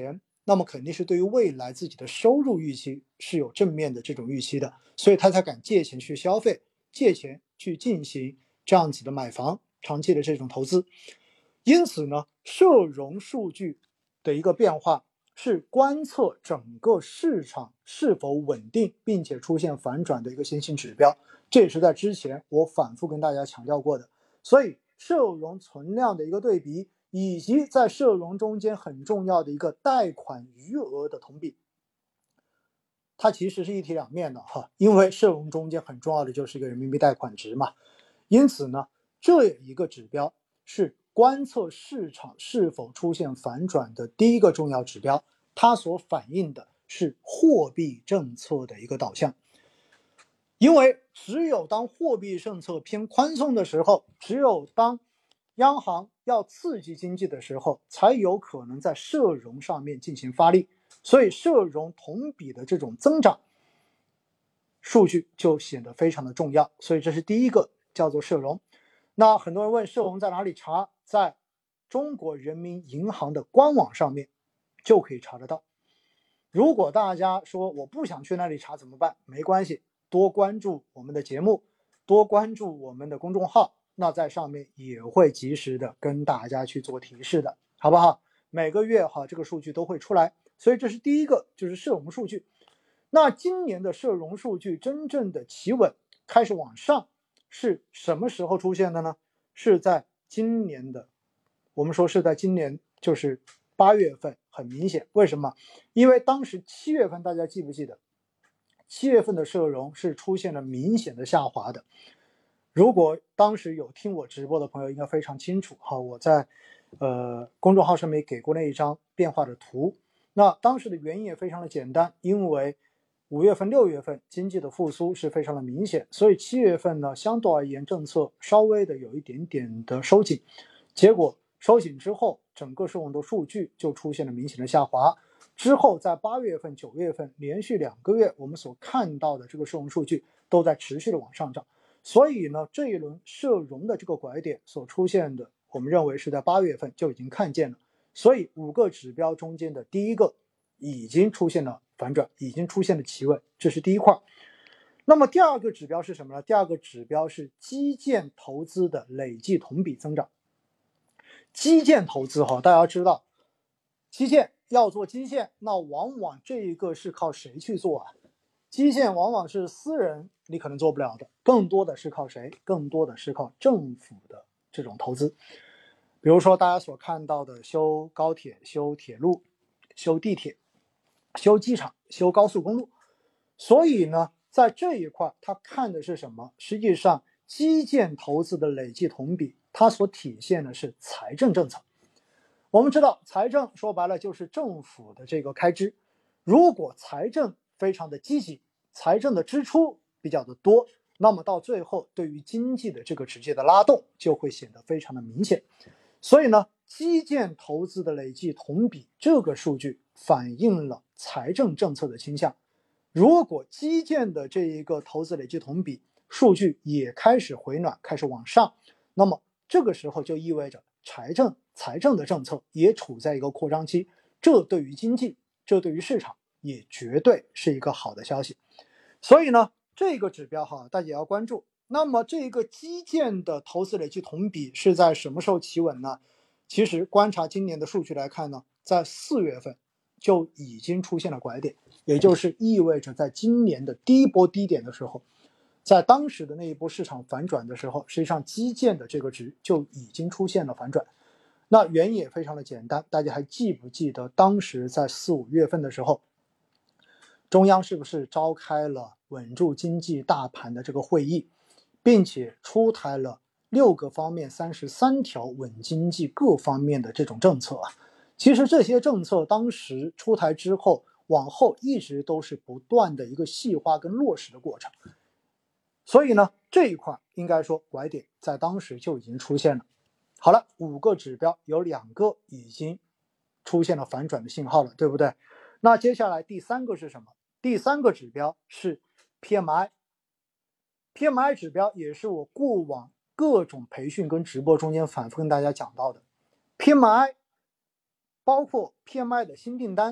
那么肯定是对于未来自己的收入预期是有正面的这种预期的，所以他才敢借钱去消费，借钱去进行这样子的买房，长期的这种投资。因此呢，社融数据的一个变化是观测整个市场是否稳定并且出现反转的一个先行指标，这也是在之前我反复跟大家强调过的。所以社融存量的一个对比，以及在社融中间很重要的一个贷款余额的同比，它其实是一体两面的哈，因为社融中间很重要的就是一个人民币贷款值嘛，因此呢，这一个指标是观测市场是否出现反转的第一个重要指标，它所反映的是货币政策的一个导向。因为只有当货币政策偏宽松的时候，只有当央行要刺激经济的时候，才有可能在社融上面进行发力，所以社融同比的这种增长数据就显得非常的重要，所以这是第一个叫做社融。那很多人问社融在哪里查，在中国人民银行的官网上面就可以查得到。如果大家说我不想去那里查怎么办？没关系，多关注我们的节目，多关注我们的公众号，那在上面也会及时的跟大家去做提示的，好不好？每个月这个数据都会出来，所以这是第一个，就是社融数据。那今年的社融数据真正的企稳开始往上是什么时候出现的呢？是在今年的，我们说是在今年就是8月份，很明显。为什么？因为当时7月份大家记不记得7月份的社融是出现了明显的下滑的。如果当时有听我直播的朋友应该非常清楚我在公众号上面给过那一张变化的图。那当时的原因也非常的简单，因为5月份、6月份经济的复苏是非常的明显，所以7月份呢，相对而言政策稍微的有一点点的收紧，结果收紧之后，整个社融的数据就出现了明显的下滑。之后在8月份、9月份连续2个月，我们所看到的这个社融数据都在持续的往上涨。所以呢，这一轮社融的这个拐点所出现的，我们认为是在8月份就已经看见了。所以5个指标中间的第一个已经出现了反转，已经出现了企稳，这是第一块。那么第二个指标是什么呢？第二个指标是基建投资的累计同比增长。基建投资大家知道，基建要做基建，那往往这一个是靠谁去做啊？基建往往是私人你可能做不了的，更多的是靠谁？更多的是靠政府的这种投资。比如说大家所看到的修高铁、修铁路、修地铁、修机场、修高速公路。所以呢，在这一块它看的是什么？实际上基建投资的累计同比，它所体现的是财政政策。我们知道财政说白了就是政府的这个开支，如果财政非常的积极，财政的支出比较的多，那么到最后对于经济的这个直接的拉动就会显得非常的明显。所以呢，基建投资的累计同比这个数据反映了财政政策的倾向。如果基建的这一个投资累计同比数据也开始回暖，开始往上，那么这个时候就意味着财政的政策也处在一个扩张期，这对于经济，这对于市场也绝对是一个好的消息。所以呢，这个指标大家也要关注。那么这个基建的投资累计同比是在什么时候企稳呢？其实观察今年的数据来看呢，在4月份就已经出现了拐点，也就是意味着在今年的第一波低点的时候，在当时的那一波市场反转的时候，实际上基建的这个值就已经出现了反转。那原因也非常的简单，大家还记不记得当时在4、5月份的时候，中央是不是召开了稳住经济大盘的这个会议，并且出台了6个方面33条稳经济各方面的这种政策啊？其实这些政策当时出台之后，往后一直都是不断的一个细化跟落实的过程。所以呢，这一块应该说拐点在当时就已经出现了。好了，5个指标有2个已经出现了反转的信号了，对不对？那接下来第3个是什么？第3个指标是 PMI。PMI 指标也是我过往各种培训跟直播中间反复跟大家讲到的。PMI 包括 PMI 的新订单，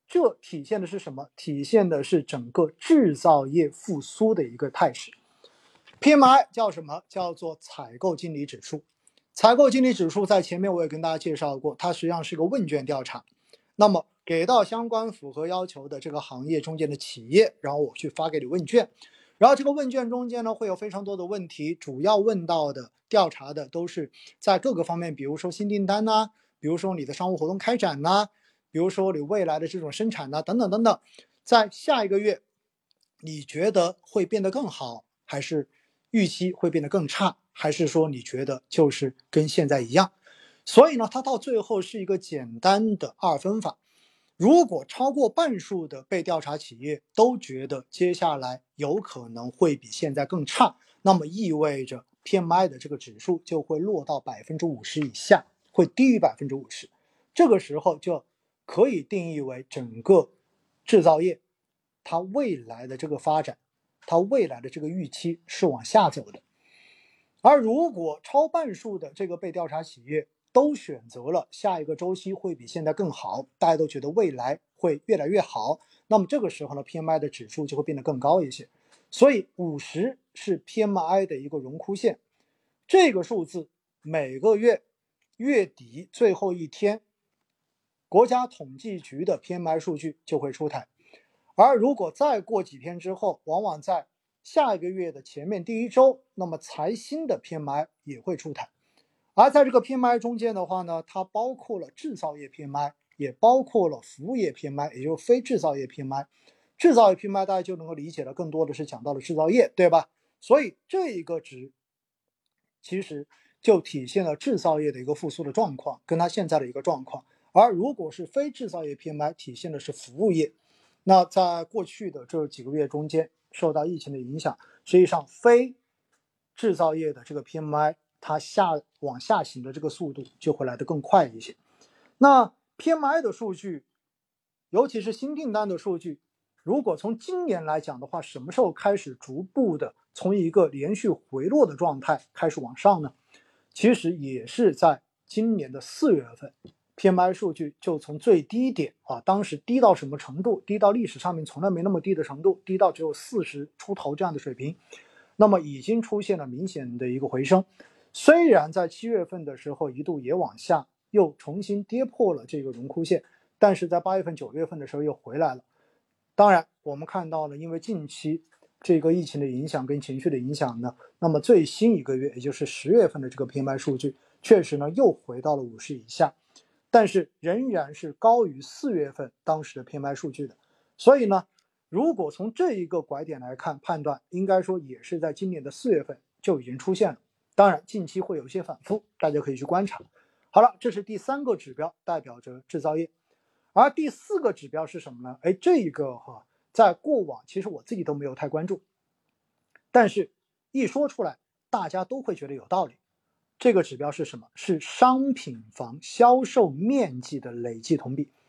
这体现的是什么？体现的是整个制造业复苏的一个态势。PMI 叫什么？叫做采购经理指数。采购经理指数在前面我也跟大家介绍过，它实际上是个问卷调查。那么给到相关符合要求的这个行业中间的企业，然后我去发给你问卷。然后这个问卷中间呢，会有非常多的问题，主要问到的调查的都是在各个方面，比如说新订单呐，比如说你的商务活动开展呐，比如说你未来的这种生产呐，等等等等，在下一个月你觉得会变得更好，还是预期会变得更差，还是说你觉得就是跟现在一样？所以呢，它到最后是一个简单的二分法。如果超过半数的被调查企业都觉得接下来有可能会比现在更差，那么意味着 PMI 的这个指数就会落到50%以下，会低于50%。这个时候就可以定义为整个制造业它未来的这个发展，它未来的这个预期是往下走的。而如果超半数的这个被调查企业都选择了下一个周期会比现在更好，大家都觉得未来会越来越好，那么这个时候呢 PMI 的指数就会变得更高一些。所以50是 PMI 的一个荣枯线，这个数字每个月月底最后一天国家统计局的 PMI 数据就会出台。而如果再过几天之后，往往在下一个月的前面第一周，那么财新的 PMI 也会出台。而在这个 PMI 中间的话呢，它包括了制造业 PMI， 也包括了服务业 PMI， 也就是非制造业 PMI。制造业 PMI 大家就能够理解了，更多的是讲到了制造业，对吧？所以这一个值其实就体现了制造业的一个复苏的状况，跟它现在的一个状况。而如果是非制造业 PMI， 体现的是服务业。那在过去的这几个月中间，受到疫情的影响，实际上非制造业的这个 PMI 它往下行的这个速度就会来得更快一些。那 PMI 的数据，尤其是新订单的数据，如果从今年来讲的话，什么时候开始逐步的从一个连续回落的状态开始往上呢？其实也是在今年的4月份。PMI 数据就从最低点当时低到什么程度？低到历史上面从来没那么低的程度，低到只有40出头这样的水平。那么已经出现了明显的一个回升，虽然在7月份的时候一度也往下，又重新跌破了这个荣枯线，但是在8月份、9月份的时候又回来了。当然，我们看到了，因为近期这个疫情的影响跟情绪的影响呢，那么最新一个月，也就是10月份的这个 PMI 数据，确实呢又回到了50以下。但是仍然是高于4月份当时的 PMI 数据的。所以呢，如果从这一个拐点来看判断，应该说也是在今年的4月份就已经出现了。当然近期会有一些反复，大家可以去观察。好了，这是第3个指标，代表着制造业。而第4个指标是什么呢？这一个在过往其实我自己都没有太关注，但是一说出来大家都会觉得有道理。这个指标是什么？是商品房销售面积的累计同比。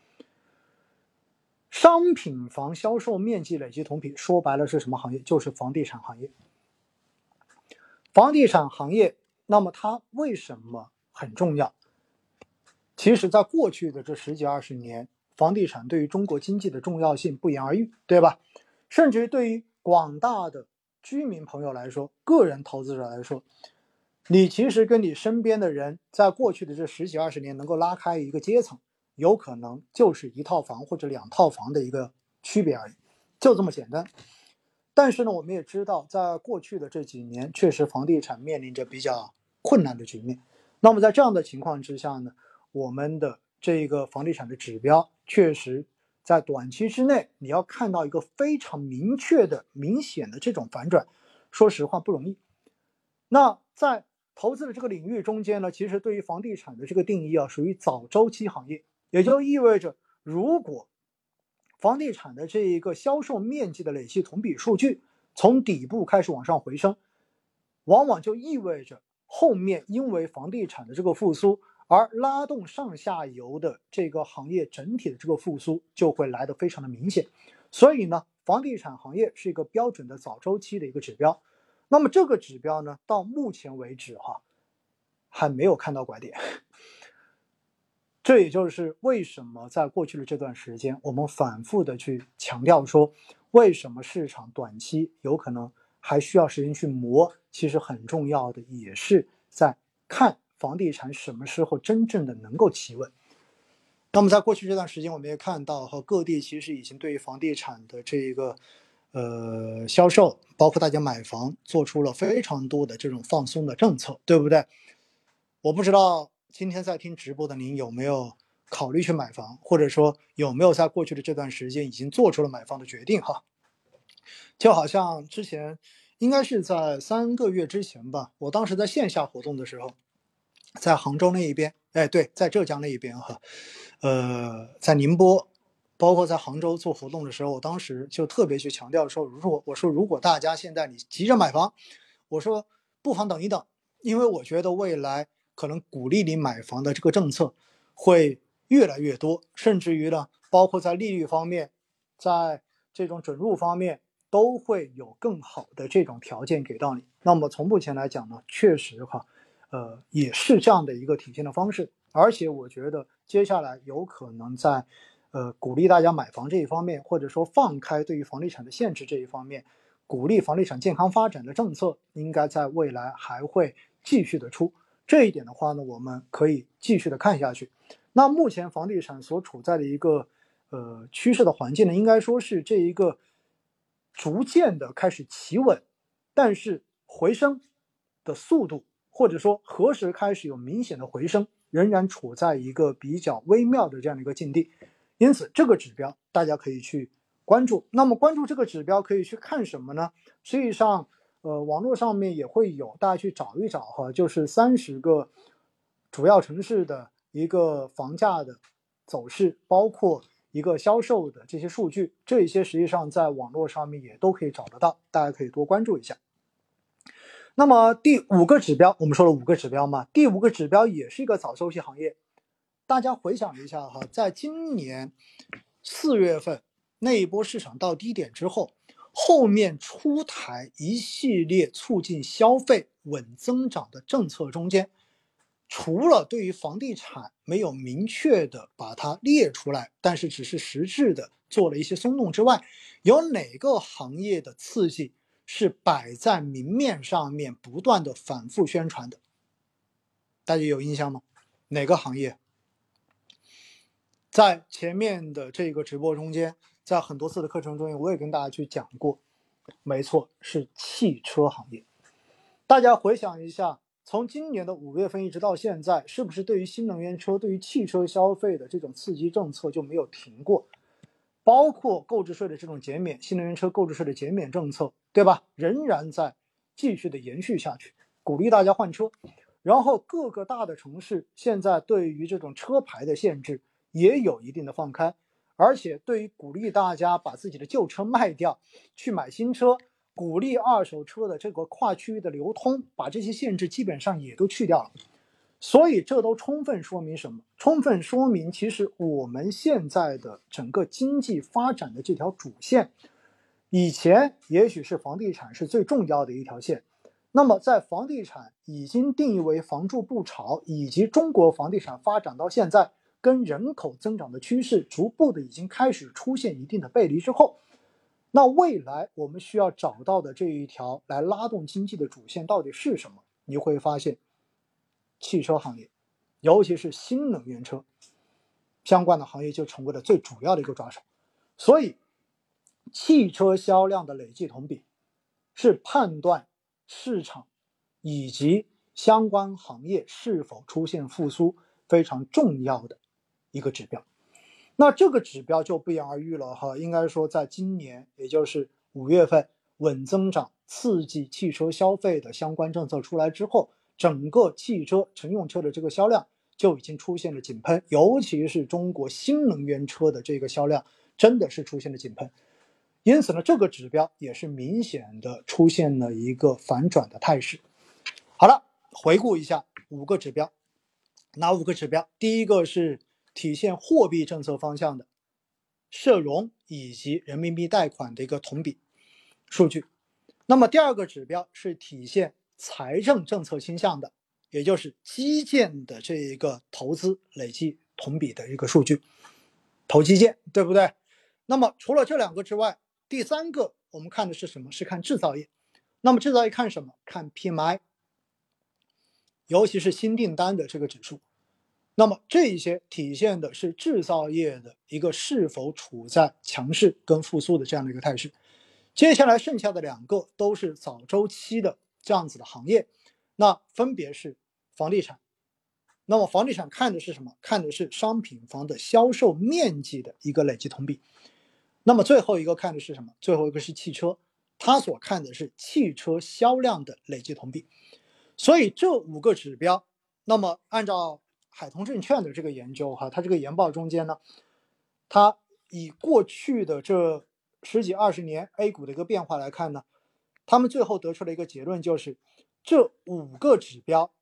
商品房销售面积累计同比，说白了是什么行业？就是房地产行业。房地产行业，那么它为什么很重要？其实在过去的这10几20年，房地产对于中国经济的重要性不言而喻，对吧？甚至于对于广大的居民朋友来说，个人投资者来说，你其实跟你身边的人在过去的这10几20年能够拉开一个阶层，有可能就是1套房或者2套房的一个区别而已，就这么简单。但是呢，我们也知道，在过去的这几年，确实房地产面临着比较困难的局面。那么在这样的情况之下呢，我们的这个房地产的指标，确实在短期之内，你要看到一个非常明确的、明显的这种反转，说实话不容易。那在投资的这个领域中间呢，其实对于房地产的这个定义属于早周期行业，也就意味着如果房地产的这一个销售面积的累计同比数据从底部开始往上回升，往往就意味着后面因为房地产的这个复苏而拉动上下游的这个行业整体的这个复苏就会来得非常的明显。所以呢，房地产行业是一个标准的早周期的一个指标。那么这个指标呢，到目前为止还没有看到拐点。 这也就是为什么在过去的这段时间，我们反复的去强调说，为什么市场短期有可能还需要时间去磨，其实很重要的也是在看房地产什么时候真正的能够企稳。那么在过去这段时间，我们也看到和各地其实已经对于房地产的这一个销售，包括大家买房，做出了非常多的这种放松的政策，对不对？我不知道今天在听直播的您有没有考虑去买房，或者说有没有在过去的这段时间已经做出了买房的决定哈？就好像之前应该是在3个月之前吧，我当时在线下活动的时候，在杭州那一边，哎，对，在浙江那一边哈，在宁波，包括在杭州做活动的时候，我当时就特别去强调说，如果大家现在你急着买房，我说不妨等一等，因为我觉得未来可能鼓励你买房的这个政策会越来越多，甚至于呢，包括在利率方面，在这种准入方面，都会有更好的这种条件给到你。那么从目前来讲呢，确实哈，也是这样的一个体现的方式。而且我觉得接下来有可能在鼓励大家买房这一方面，或者说放开对于房地产的限制这一方面，鼓励房地产健康发展的政策，应该在未来还会继续的出。这一点的话呢，我们可以继续的看下去。那目前房地产所处在的一个趋势的环境呢，应该说是这一个逐渐的开始企稳，但是回升的速度，或者说何时开始有明显的回升，仍然处在一个比较微妙的这样的一个境地。因此，这个指标大家可以去关注。那么，关注这个指标可以去看什么呢？实际上，网络上面也会有，大家去找一找哈，就是30个主要城市的一个房价的走势，包括一个销售的这些数据，这些实际上在网络上面也都可以找得到，大家可以多关注一下。那么第五个指标，我们说了5个指标嘛，第5个指标也是一个早收息行业。大家回想一下哈，在今年4月份那一波市场到低点之后，后面出台一系列促进消费稳增长的政策中间，除了对于房地产没有明确的把它列出来，但是只是实质的做了一些松动之外，有哪个行业的刺激是摆在明面上面不断的反复宣传的？大家有印象吗？哪个行业？在前面的这个直播中间，在很多次的课程中间，我也跟大家去讲过，没错，是汽车行业。大家回想一下，从今年的5月份一直到现在，是不是对于新能源车、对于汽车消费的这种刺激政策就没有停过？包括购置税的这种减免，新能源车购置税的减免政策，对吧？仍然在继续的延续下去，鼓励大家换车。然后各个大的城市现在对于这种车牌的限制也有一定的放开，而且对于鼓励大家把自己的旧车卖掉，去买新车，鼓励二手车的这个跨区域的流通，把这些限制基本上也都去掉了。所以这都充分说明什么？充分说明其实我们现在的整个经济发展的这条主线，以前也许是房地产是最重要的一条线，那么在房地产已经定义为房住不炒，以及中国房地产发展到现在跟人口增长的趋势逐步的已经开始出现一定的背离之后，那未来我们需要找到的这一条来拉动经济的主线到底是什么？你会发现汽车行业，尤其是新能源车相关的行业就成为了最主要的一个抓手。所以汽车销量的累计同比是判断市场以及相关行业是否出现复苏非常重要的一个指标。那这个指标就不言而喻了哈，应该说在今年也就是5月份稳增长刺激汽车消费的相关政策出来之后，整个汽车乘用车的这个销量就已经出现了井喷，尤其是中国新能源车的这个销量真的是出现了井喷。因此呢，这个指标也是明显的出现了一个反转的态势。好了，回顾一下5个指标，哪5个指标？第一个是体现货币政策方向的社融以及人民币贷款的一个同比数据。那么第二个指标是体现财政政策倾向的，也就是基建的这一个投资累计同比的一个数据，投机建，对不对？那么除了这两个之外，第三个我们看的是什么？是看制造业。那么制造业看什么？看 PMI， 尤其是新订单的这个指数。那么这一些体现的是制造业的一个是否处在强势跟复苏的这样的一个态势。接下来剩下的两个都是早周期的这样子的行业，那分别是房地产。那么房地产看的是什么？看的是商品房的销售面积的一个累计同比。那么最后一个看的是什么？最后一个是汽车，它所看的是汽车销量的累计同比。所以这五个指标，那么按照海通证券的这个研究它这个研报中间呢，它以过去的这十几20年 A 股的一个变化来看呢，他们最后得出了一个结论，就是这五个指标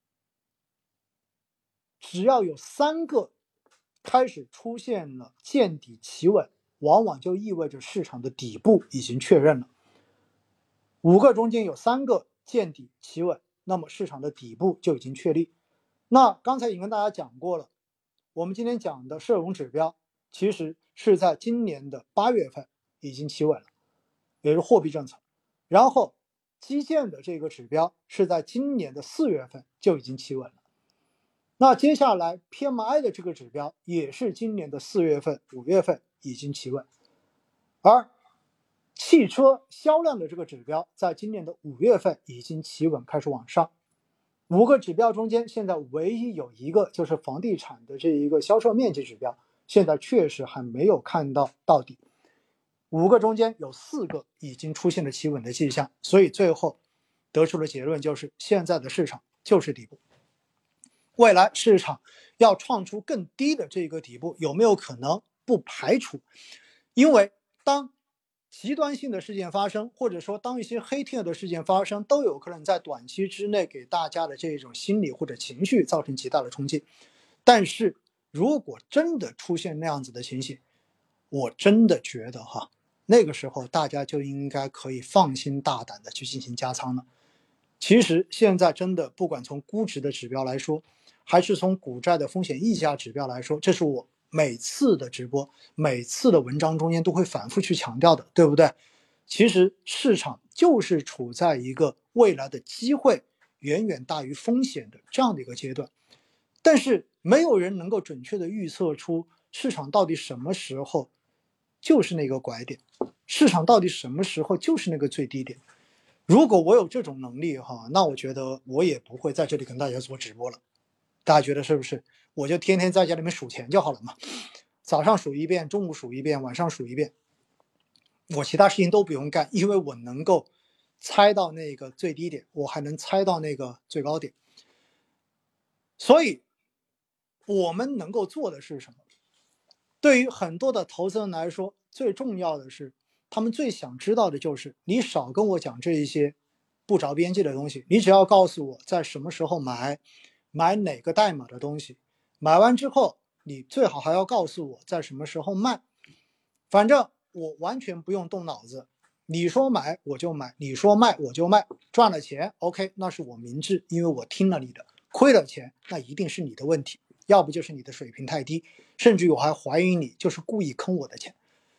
只要有3个开始出现了见底企稳，往往就意味着市场的底部已经确认了。5个中间有3个见底企稳，那么市场的底部就已经确立。那刚才已经跟大家讲过了，我们今天讲的社融指标其实是在今年的8月份已经企稳了，也是货币政策。然后基建的这个指标是在今年的4月份就已经企稳了。那接下来 PMI 的这个指标也是今年的4月份、5月份已经企稳，而汽车销量的这个指标在今年的5月份已经企稳开始往上。5个指标中间，现在唯一有一个就是房地产的这一个销售面积指标，现在确实还没有看到底。5个中间有4个已经出现了企稳的迹象，所以最后得出的结论就是现在的市场就是底部。未来市场要创出更低的这个底部有没有可能？不排除，因为当极端性的事件发生，或者说当一些黑天鹅的事件发生，都有可能在短期之内给大家的这种心理或者情绪造成极大的冲击。但是如果真的出现那样子的情形，我真的觉得那个时候大家就应该可以放心大胆的去进行加仓了。其实现在真的不管从估值的指标来说，还是从股债的风险溢价指标来说，这是我每次的直播、每次的文章中间都会反复去强调的，对不对？其实市场就是处在一个未来的机会远远大于风险的这样的一个阶段，但是没有人能够准确的预测出市场到底什么时候就是那个拐点，市场到底什么时候就是那个最低点。如果我有这种能力那我觉得我也不会在这里跟大家做直播了。大家觉得是不是？我就天天在家里面数钱就好了嘛，早上数一遍，中午数一遍，晚上数一遍，我其他事情都不用干，因为我能够猜到那个最低点，我还能猜到那个最高点。所以我们能够做的是什么？对于很多的投资人来说，最重要的是他们最想知道的就是你少跟我讲这一些不着边际的东西，你只要告诉我在什么时候买哪个代码的东西，买完之后你最好还要告诉我在什么时候卖，反正我完全不用动脑子，你说买我就买，你说卖我就卖，赚了钱 OK， 那是我明智，因为我听了你的，亏了钱那一定是你的问题，要不就是你的水平太低，甚至于我还怀疑你就是故意坑我的钱。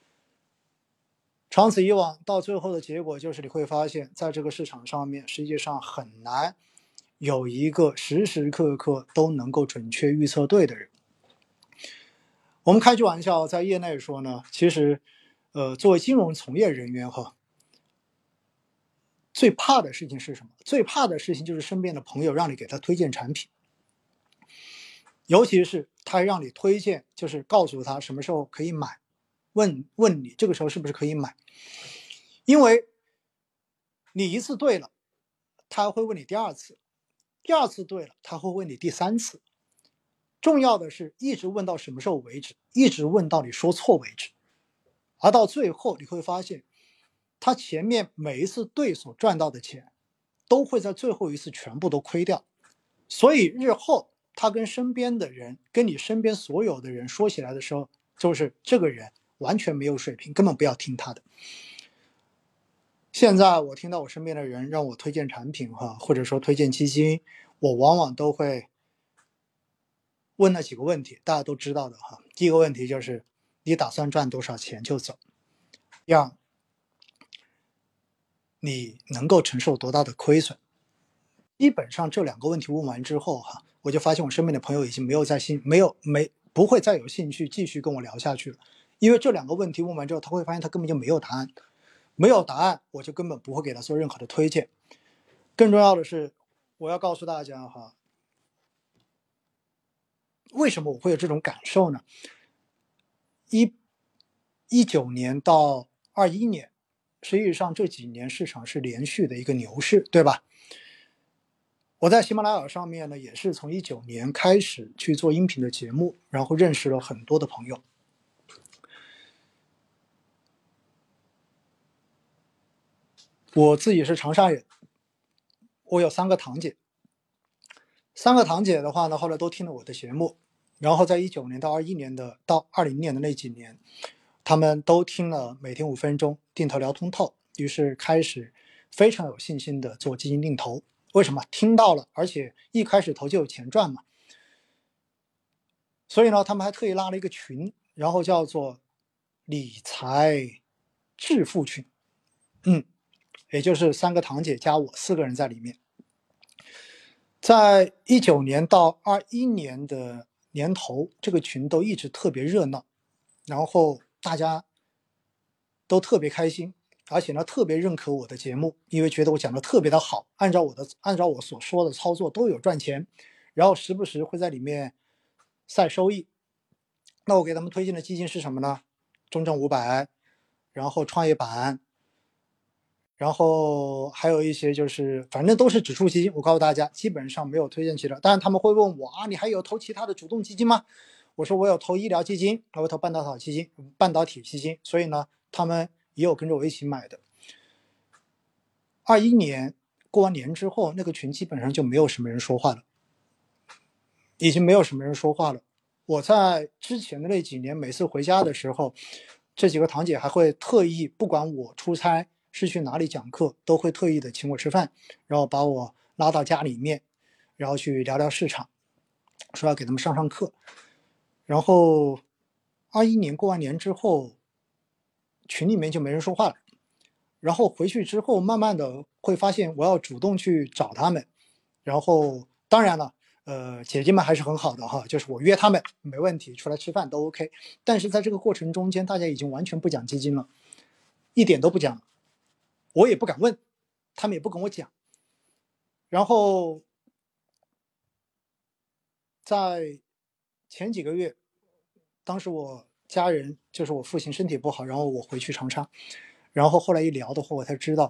长此以往，到最后的结果就是你会发现在这个市场上面实际上很难有一个时时刻刻都能够准确预测对的人。我们开句玩笑，在业内说呢，其实作为金融从业人员最怕的事情是什么？最怕的事情就是身边的朋友让你给他推荐产品，尤其是他让你推荐，就是告诉他什么时候可以买，问你这个时候是不是可以买，因为你一次对了，他会问你第二次，第二次对了，他会问你第3次。重要的是一直问到什么时候为止，一直问到你说错为止，而到最后你会发现，他前面每一次对所赚到的钱，都会在最后一次全部都亏掉。所以日后他跟身边的人，跟你身边所有的人说起来的时候，就是这个人完全没有水平，根本不要听他的。现在我听到我身边的人让我推荐产品或者说推荐基金，我往往都会问了几个问题，大家都知道的哈。第一个问题就是你打算赚多少钱就走，第二，你能够承受多大的亏损。基本上这两个问题问完之后哈，我就发现我身边的朋友已经没有再兴没有没不会再有兴趣继续跟我聊下去了，因为这两个问题问完之后，他会发现他根本就没有答案，没有答案，我就根本不会给他做任何的推荐。更重要的是，我要告诉大家哈，为什么我会有这种感受呢？19年到21年，实际上这几年市场是连续的一个牛市，对吧？我在喜马拉雅上面呢，也是从19年开始去做音频的节目，然后认识了很多的朋友。我自己是长沙人，我有3个堂姐，3个堂姐的话呢，后来都听了我的节目，然后在19年到21年到20年的那几年，他们都听了每天5分钟定投聊通透，于是开始非常有信心的做基金定投。为什么？听到了，而且一开始投就有钱赚嘛。所以呢，他们还特意拉了一个群，然后叫做理财致富群，也就是3个堂姐加我4个人在里面。在19年到21年的年头，这个群都一直特别热闹，然后大家都特别开心，而且呢特别认可我的节目，因为觉得我讲的特别的好，按照我所说的操作都有赚钱，然后时不时会在里面晒收益。那我给他们推荐的基金是什么呢？中证500，然后创业板，然后还有一些就是反正都是指数基金。我告诉大家，基本上没有推荐其他。当然他们会问我啊，你还有投其他的主动基金吗？我说我有投医疗基金，我有投半导体基金，所以呢，他们也有跟着我一起买的。21年过完年之后，那个群基本上就没有什么人说话了，已经没有什么人说话了。我在之前的那几年，每次回家的时候，这几个堂姐还会特意，不管我出差是去哪里讲课，都会特意的请我吃饭，然后把我拉到家里面，然后去聊聊市场，说要给他们上课。然后21年过完年之后，群里面就没人说话了。然后回去之后，慢慢的会发现我要主动去找他们。然后当然了，姐姐们还是很好的哈，就是我约他们没问题，出来吃饭都 OK。但是在这个过程中间，大家已经完全不讲基金了，一点都不讲，我也不敢问，他们也不跟我讲。然后在前几个月，当时我家人就是我父亲身体不好，然后我回去长沙，然后后来一聊的话，我才知道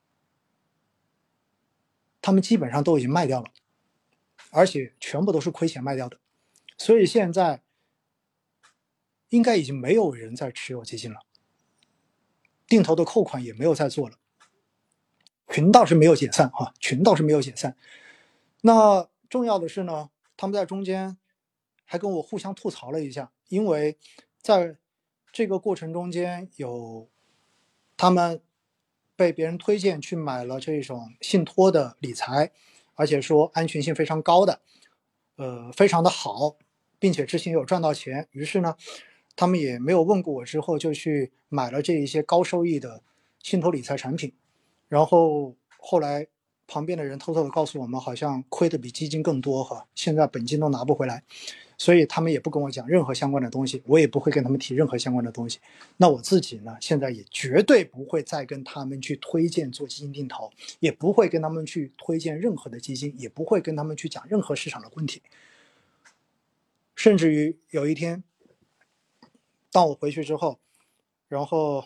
他们基本上都已经卖掉了，而且全部都是亏钱卖掉的。所以现在应该已经没有人在持有基金了，定投的扣款也没有在做了，群倒是没有解散哈，群倒是没有解散。那重要的是呢，他们在中间还跟我互相吐槽了一下，因为在这个过程中间有他们被别人推荐去买了这种信托的理财，而且说安全性非常高的，非常的好，并且之前有赚到钱，于是呢，他们也没有问过我，之后就去买了这一些高收益的信托理财产品，然后后来旁边的人偷偷的告诉我们，好像亏的比基金更多哈，现在本金都拿不回来，所以他们也不跟我讲任何相关的东西，我也不会跟他们提任何相关的东西。那我自己呢，现在也绝对不会再跟他们去推荐做基金定投，也不会跟他们去推荐任何的基金，也不会跟他们去讲任何市场的问题。甚至于有一天，当我回去之后，然后，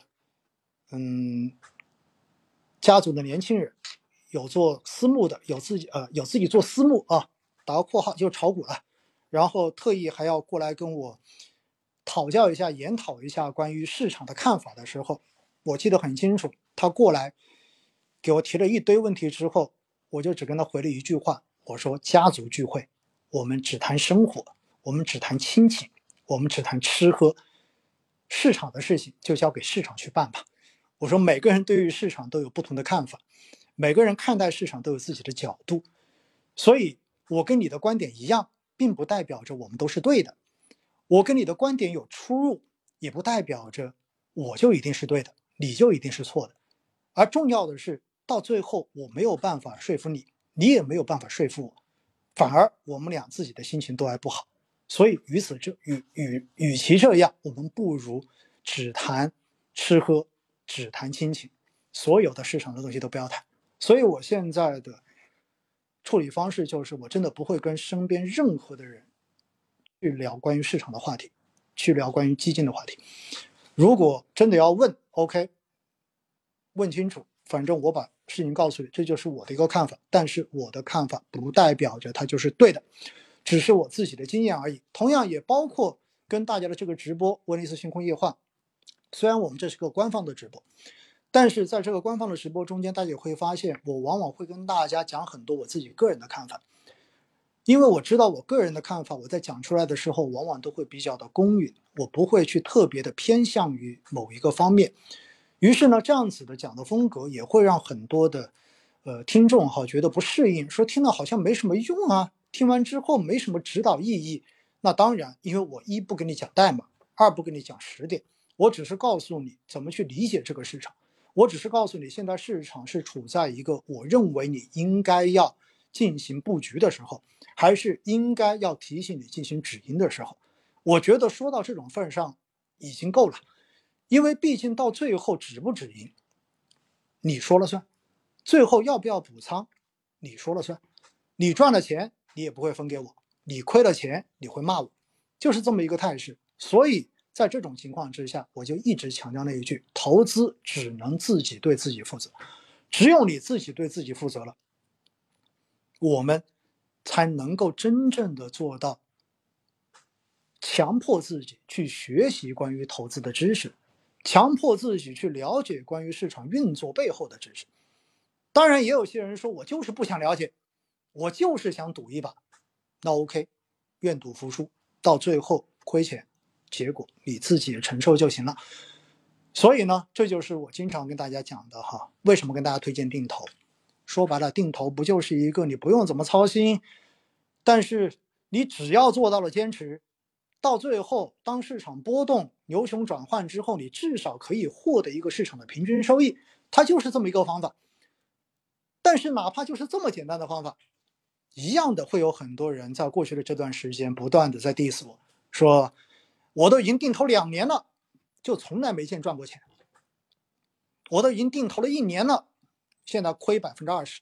家族的年轻人有做私募的，有自己做私募啊，打个括号就炒股了，然后特意还要过来跟我讨教一下、研讨一下关于市场的看法的时候，我记得很清楚，他过来给我提了一堆问题之后，我就只跟他回了一句话，我说家族聚会，我们只谈生活，我们只谈亲情，我们只谈吃喝，市场的事情就交给市场去办吧。我说每个人对于市场都有不同的看法，每个人看待市场都有自己的角度，所以我跟你的观点一样， 并不代表着我们都是对的。我跟你的观点有出入，也不代表着我就一定是对的，你就一定是错的。而重要的是，到最后我没有办法说服你，你也没有办法说服我，反而我们俩自己的心情都还不好。所以与其这样，我们不如只谈吃喝，只谈亲情，所有的市场的东西都不要谈。所以我现在的处理方式就是，我真的不会跟身边任何的人去聊关于市场的话题，去聊关于基金的话题。如果真的要问 ，OK， 问清楚，反正我把事情告诉你，这就是我的一个看法，但是我的看法不代表着它就是对的，只是我自己的经验而已。同样也包括跟大家的这个直播威尼斯星空夜话，虽然我们这是个官方的直播，但是在这个官方的直播中间，大家也会发现我往往会跟大家讲很多我自己个人的看法，因为我知道我个人的看法，我在讲出来的时候往往都会比较的公允，我不会去特别的偏向于某一个方面。于是呢，这样子的讲的风格也会让很多的听众觉得不适应，说听了好像没什么用啊，听完之后没什么指导意义。那当然，因为我一不跟你讲代码，二不跟你讲时点，我只是告诉你怎么去理解这个市场，我只是告诉你现在市场是处在一个我认为你应该要进行布局的时候，还是应该要提醒你进行止盈的时候。我觉得说到这种份上已经够了。因为毕竟到最后止不止盈，你说了算；最后要不要补仓，你说了算。你赚了钱，你也不会分给我；你亏了钱，你会骂我，就是这么一个态势。所以在这种情况之下，我就一直强调那一句：投资只能自己对自己负责，只有你自己对自己负责了，我们才能够真正的做到强迫自己去学习关于投资的知识，强迫自己去了解关于市场运作背后的知识。当然也有些人说，我就是不想了解，我就是想赌一把。那 OK， 愿赌服输，到最后亏钱，结果你自己也承受就行了。所以呢，这就是我经常跟大家讲的为什么跟大家推荐定投。说白了，定投不就是一个你不用怎么操心，但是你只要做到了坚持，到最后当市场波动牛熊转换之后，你至少可以获得一个市场的平均收益，它就是这么一个方法。但是哪怕就是这么简单的方法，一样的会有很多人在过去的这段时间不断的在 diss 我，说我都已经定投2年了，就从来没见赚过钱。我都已经定投了1年了，现在亏20%。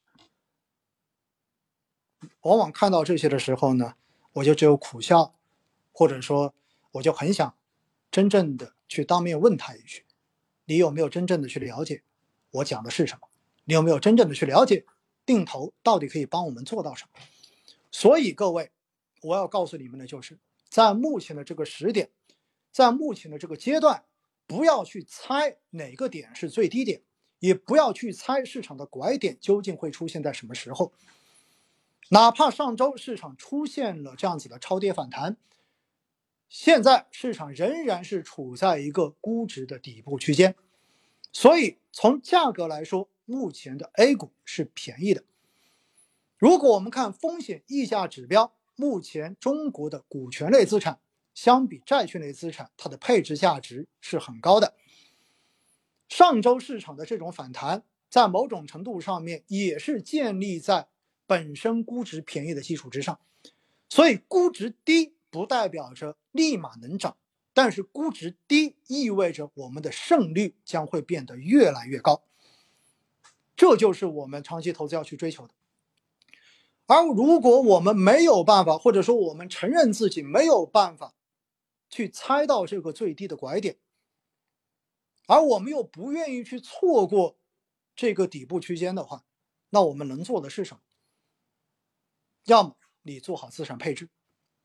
往往看到这些的时候呢，我就只有苦笑，或者说我就很想真正的去当面问他一句：你有没有真正的去了解我讲的是什么？你有没有真正的去了解定投到底可以帮我们做到什么？所以各位，我要告诉你们的就是，在目前的这个时点，在目前的这个阶段，不要去猜哪个点是最低点，也不要去猜市场的拐点究竟会出现在什么时候。哪怕上周市场出现了这样子的超跌反弹，现在市场仍然是处在一个估值的底部区间，所以从价格来说，目前的 A 股是便宜的。如果我们看风险溢价指标，目前中国的股权类资产相比债券类资产，它的配置价值是很高的。上周市场的这种反弹，在某种程度上面也是建立在本身估值便宜的基础之上，所以估值低不代表着立马能涨，但是估值低意味着我们的胜率将会变得越来越高，这就是我们长期投资要去追求的。而如果我们没有办法，或者说我们承认自己没有办法去猜到这个最低的拐点，而我们又不愿意去错过这个底部区间的话，那我们能做的是什么？要么你做好资产配置，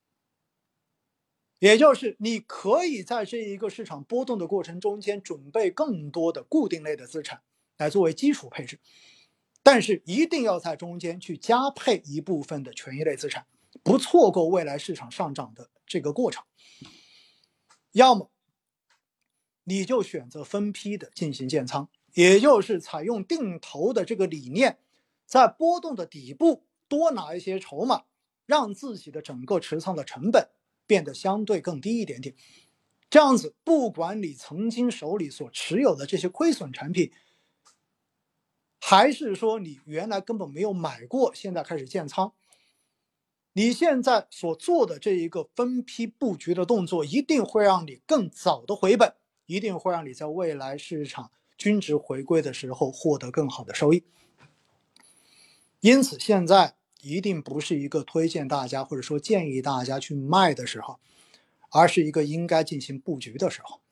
也就是你可以在这一个市场波动的过程中间准备更多的固定类的资产来作为基础配置，但是一定要在中间去加配一部分的权益类资产，不错过未来市场上涨的这个过程。要么你就选择分批的进行建仓，也就是采用定投的这个理念，在波动的底部多拿一些筹码， 让自己的整个持仓的成本变得相对更低一点点。这样子，不管你曾经手里所持有的这些亏损产品，还是说你原来根本没有买过，现在开始建仓，你现在所做的这一个分批布局的动作，一定会让你更早的回本，一定会让你在未来市场均值回归的时候获得更好的收益。因此，现在一定不是一个推荐大家或者说建议大家去卖的时候，而是一个应该进行布局的时候。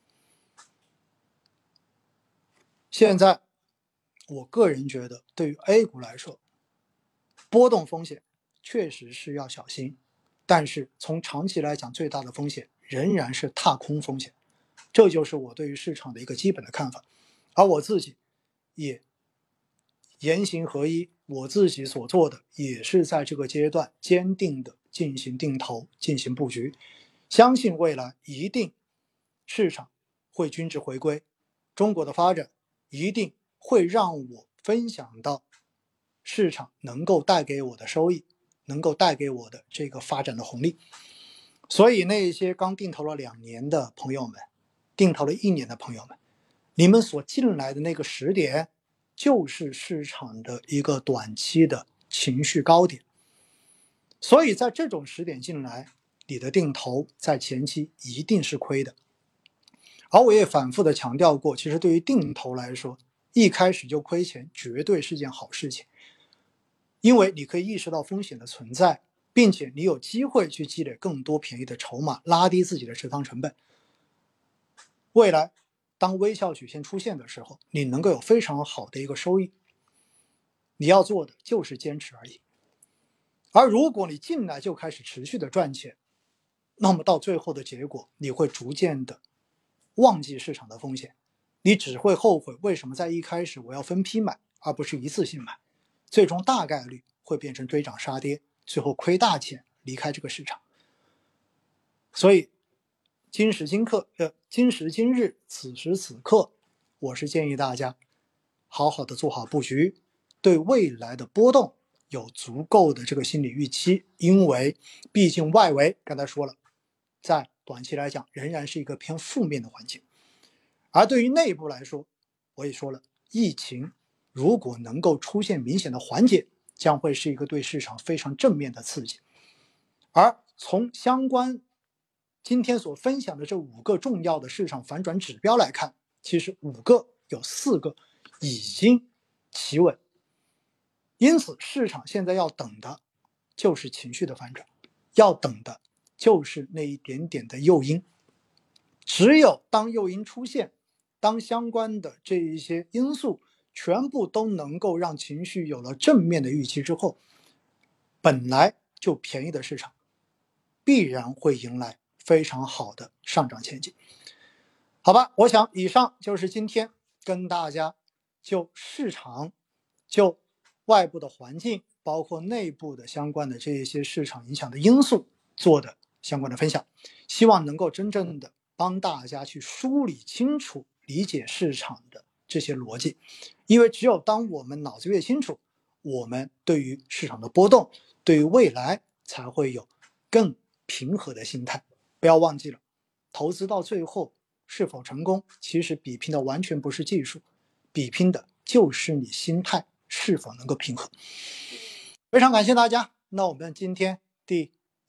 现在，我个人觉得，对于 A 股来说，波动风险确实是要小心，但是从长期来讲，最大的风险仍然是踏空风险。这就是我对于市场的一个基本的看法，而我自己也言行合一，我自己所做的也是在这个阶段坚定的进行定投，进行布局，相信未来一定市场会均值回归，中国的发展一定会让我分享到市场能够带给我的收益，能够带给我的这个发展的红利。所以那些刚定投了2年的朋友们，定投了1年的朋友们，你们所进来的那个时点，就是市场的一个短期的情绪高点。所以在这种时点进来，你的定投在前期一定是亏的。而我也反复的强调过，其实对于定投来说，一开始就亏钱绝对是件好事情，因为你可以意识到风险的存在，并且你有机会去积累更多便宜的筹码，拉低自己的持仓成本。未来当微笑曲线出现的时候，你能够有非常好的一个收益。你要做的就是坚持而已。而如果你进来就开始持续的赚钱，那么到最后的结果，你会逐渐的忘记市场的风险，你只会后悔为什么在一开始我要分批买，而不是一次性买，最终大概率会变成追涨杀跌，最后亏大钱离开这个市场。所以今时今日，此时此刻，我是建议大家好好的做好布局，对未来的波动有足够的这个心理预期，因为毕竟外围刚才说了，在短期来讲仍然是一个偏负面的环境。而对于内部来说，我也说了，疫情如果能够出现明显的缓解，将会是一个对市场非常正面的刺激。而从相关今天所分享的这5个重要的市场反转指标来看，其实5个有4个已经企稳。因此市场现在要等的就是情绪的反转，要等的就是那一点点的诱因。只有当诱因出现，当相关的这一些因素全部都能够让情绪有了正面的预期之后，本来就便宜的市场必然会迎来非常好的上涨前景。好吧，我想以上就是今天跟大家就市场、就外部的环境，包括内部的相关的这一些市场影响的因素做的相关的分享，希望能够真正的帮大家去梳理清楚、理解市场的这些逻辑。因为只有当我们脑子越清楚，我们对于市场的波动，对于未来才会有更平和的心态。不要忘记了，投资到最后是否成功，其实比拼的完全不是技术，比拼的就是你心态是否能够平衡。非常感谢大家，那我们今天第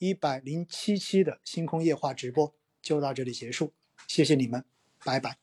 107期的星空夜话直播就到这里结束，谢谢你们，拜拜。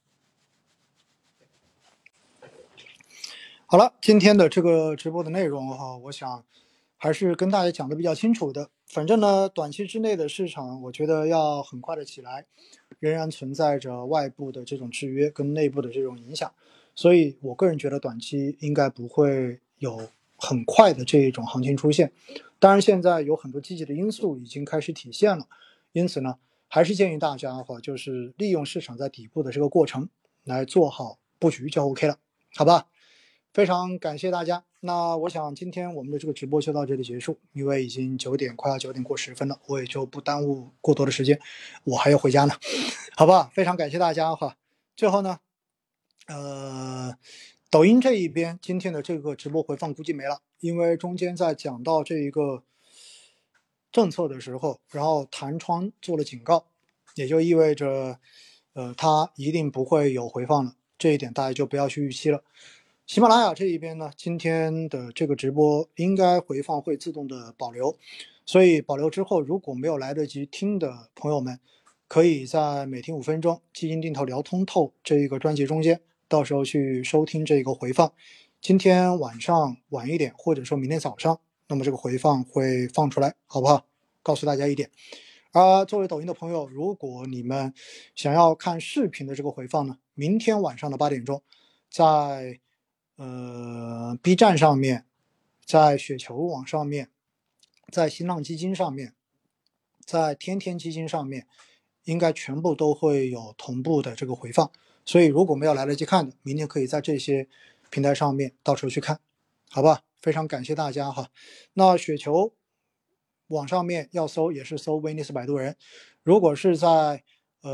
好了，今天的这个直播的内容我想还是跟大家讲的比较清楚的。反正呢，短期之内的市场，我觉得要很快的起来，仍然存在着外部的这种制约跟内部的这种影响，所以我个人觉得短期应该不会有很快的这一种行情出现。当然，现在有很多积极的因素已经开始体现了，因此呢，还是建议大家就是利用市场在底部的这个过程来做好布局就 OK 了，好吧？非常感谢大家。那我想今天我们的这个直播就到这里结束，因为已经9点，快要9点过10分了，我也就不耽误过多的时间，我还要回家呢，好吧？非常感谢大家最后呢，抖音这一边今天的这个直播回放估计没了，因为中间在讲到这一个政策的时候，然后弹窗做了警告，也就意味着它一定不会有回放了，这一点大家就不要去预期了。喜马拉雅这一边呢，今天的这个直播应该回放会自动的保留，所以保留之后，如果没有来得及听的朋友们，可以在每听5分钟基金定投聊通透这一个专辑中间，到时候去收听这个回放。今天晚上晚一点，或者说明天早上，那么这个回放会放出来，好不好？告诉大家一点。而作为抖音的朋友，如果你们想要看视频的这个回放呢，明天晚上的8点钟，在B 站上面，在雪球网上面，在新浪基金上面，在天天基金上面，应该全部都会有同步的这个回放。所以如果没有来得及看的，明天可以在这些平台上面到时候去看，好吧？非常感谢大家哈。那雪球网上面要搜也是搜威尼斯摆渡人，如果是在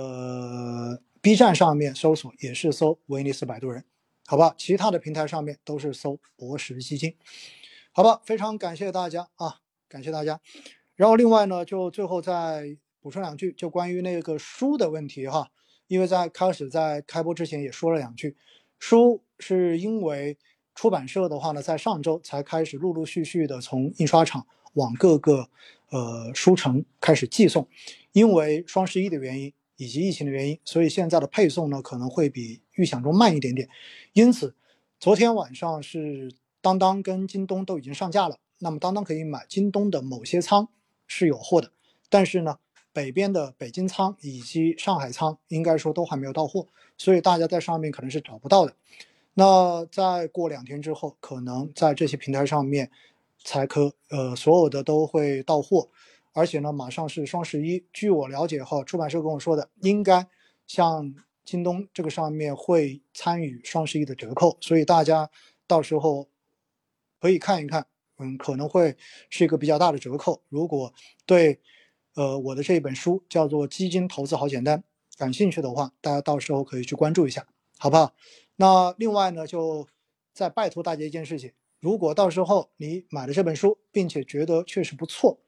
B 站上面搜索也是搜威尼斯摆渡人，好吧？其他的平台上面都是搜博时基金，好吧？非常感谢大家啊，感谢大家。然后另外呢，就最后再补充2句，就关于那个书的问题哈，因为在开播之前也说了2句，书是因为出版社的话呢，在上周才开始陆陆续续的从印刷厂往各个书城开始寄送，因为双11的原因以及疫情的原因，所以现在的配送呢可能会比预想中慢一点点，因此昨天晚上是当当跟京东都已经上架了，那么当当可以买，京东的某些仓是有货的，但是呢，北边的北京仓以及上海仓应该说都还没有到货，所以大家在上面可能是找不到的。那再过2天之后，可能在这些平台上面所有的都会到货，而且呢，马上是双11，据我了解哈，出版社跟我说的，应该像京东这个上面会参与双11的折扣，所以大家到时候可以看一看，可能会是一个比较大的折扣。如果对我的这一本书叫做《基金投资好简单》感兴趣的话，大家到时候可以去关注一下，好不好？那另外呢，就再拜托大家一件事情，如果到时候你买了这本书，并且觉得确实不错，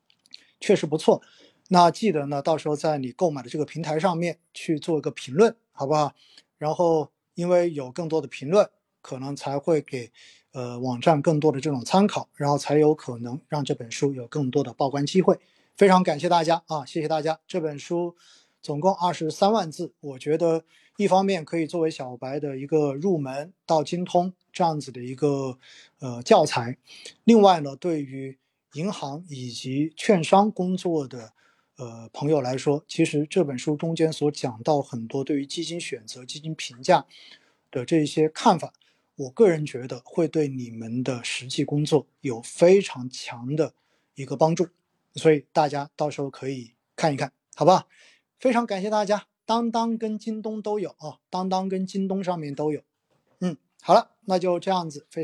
那记得呢，到时候在你购买的这个平台上面去做一个评论，好不好？然后因为有更多的评论，可能才会给网站更多的这种参考，然后才有可能让这本书有更多的曝光机会。非常感谢大家啊，谢谢大家。这本书总共23万字，我觉得一方面可以作为小白的一个入门到精通这样子的一个教材，另外呢，对于银行以及券商工作的朋友来说，其实这本书中间所讲到很多对于基金选择、基金评价的这些看法，我个人觉得会对你们的实际工作有非常强的一个帮助。所以大家到时候可以看一看，好吧？非常感谢大家，当当跟京东都有啊，当当跟京东上面都有。好了，那就这样子。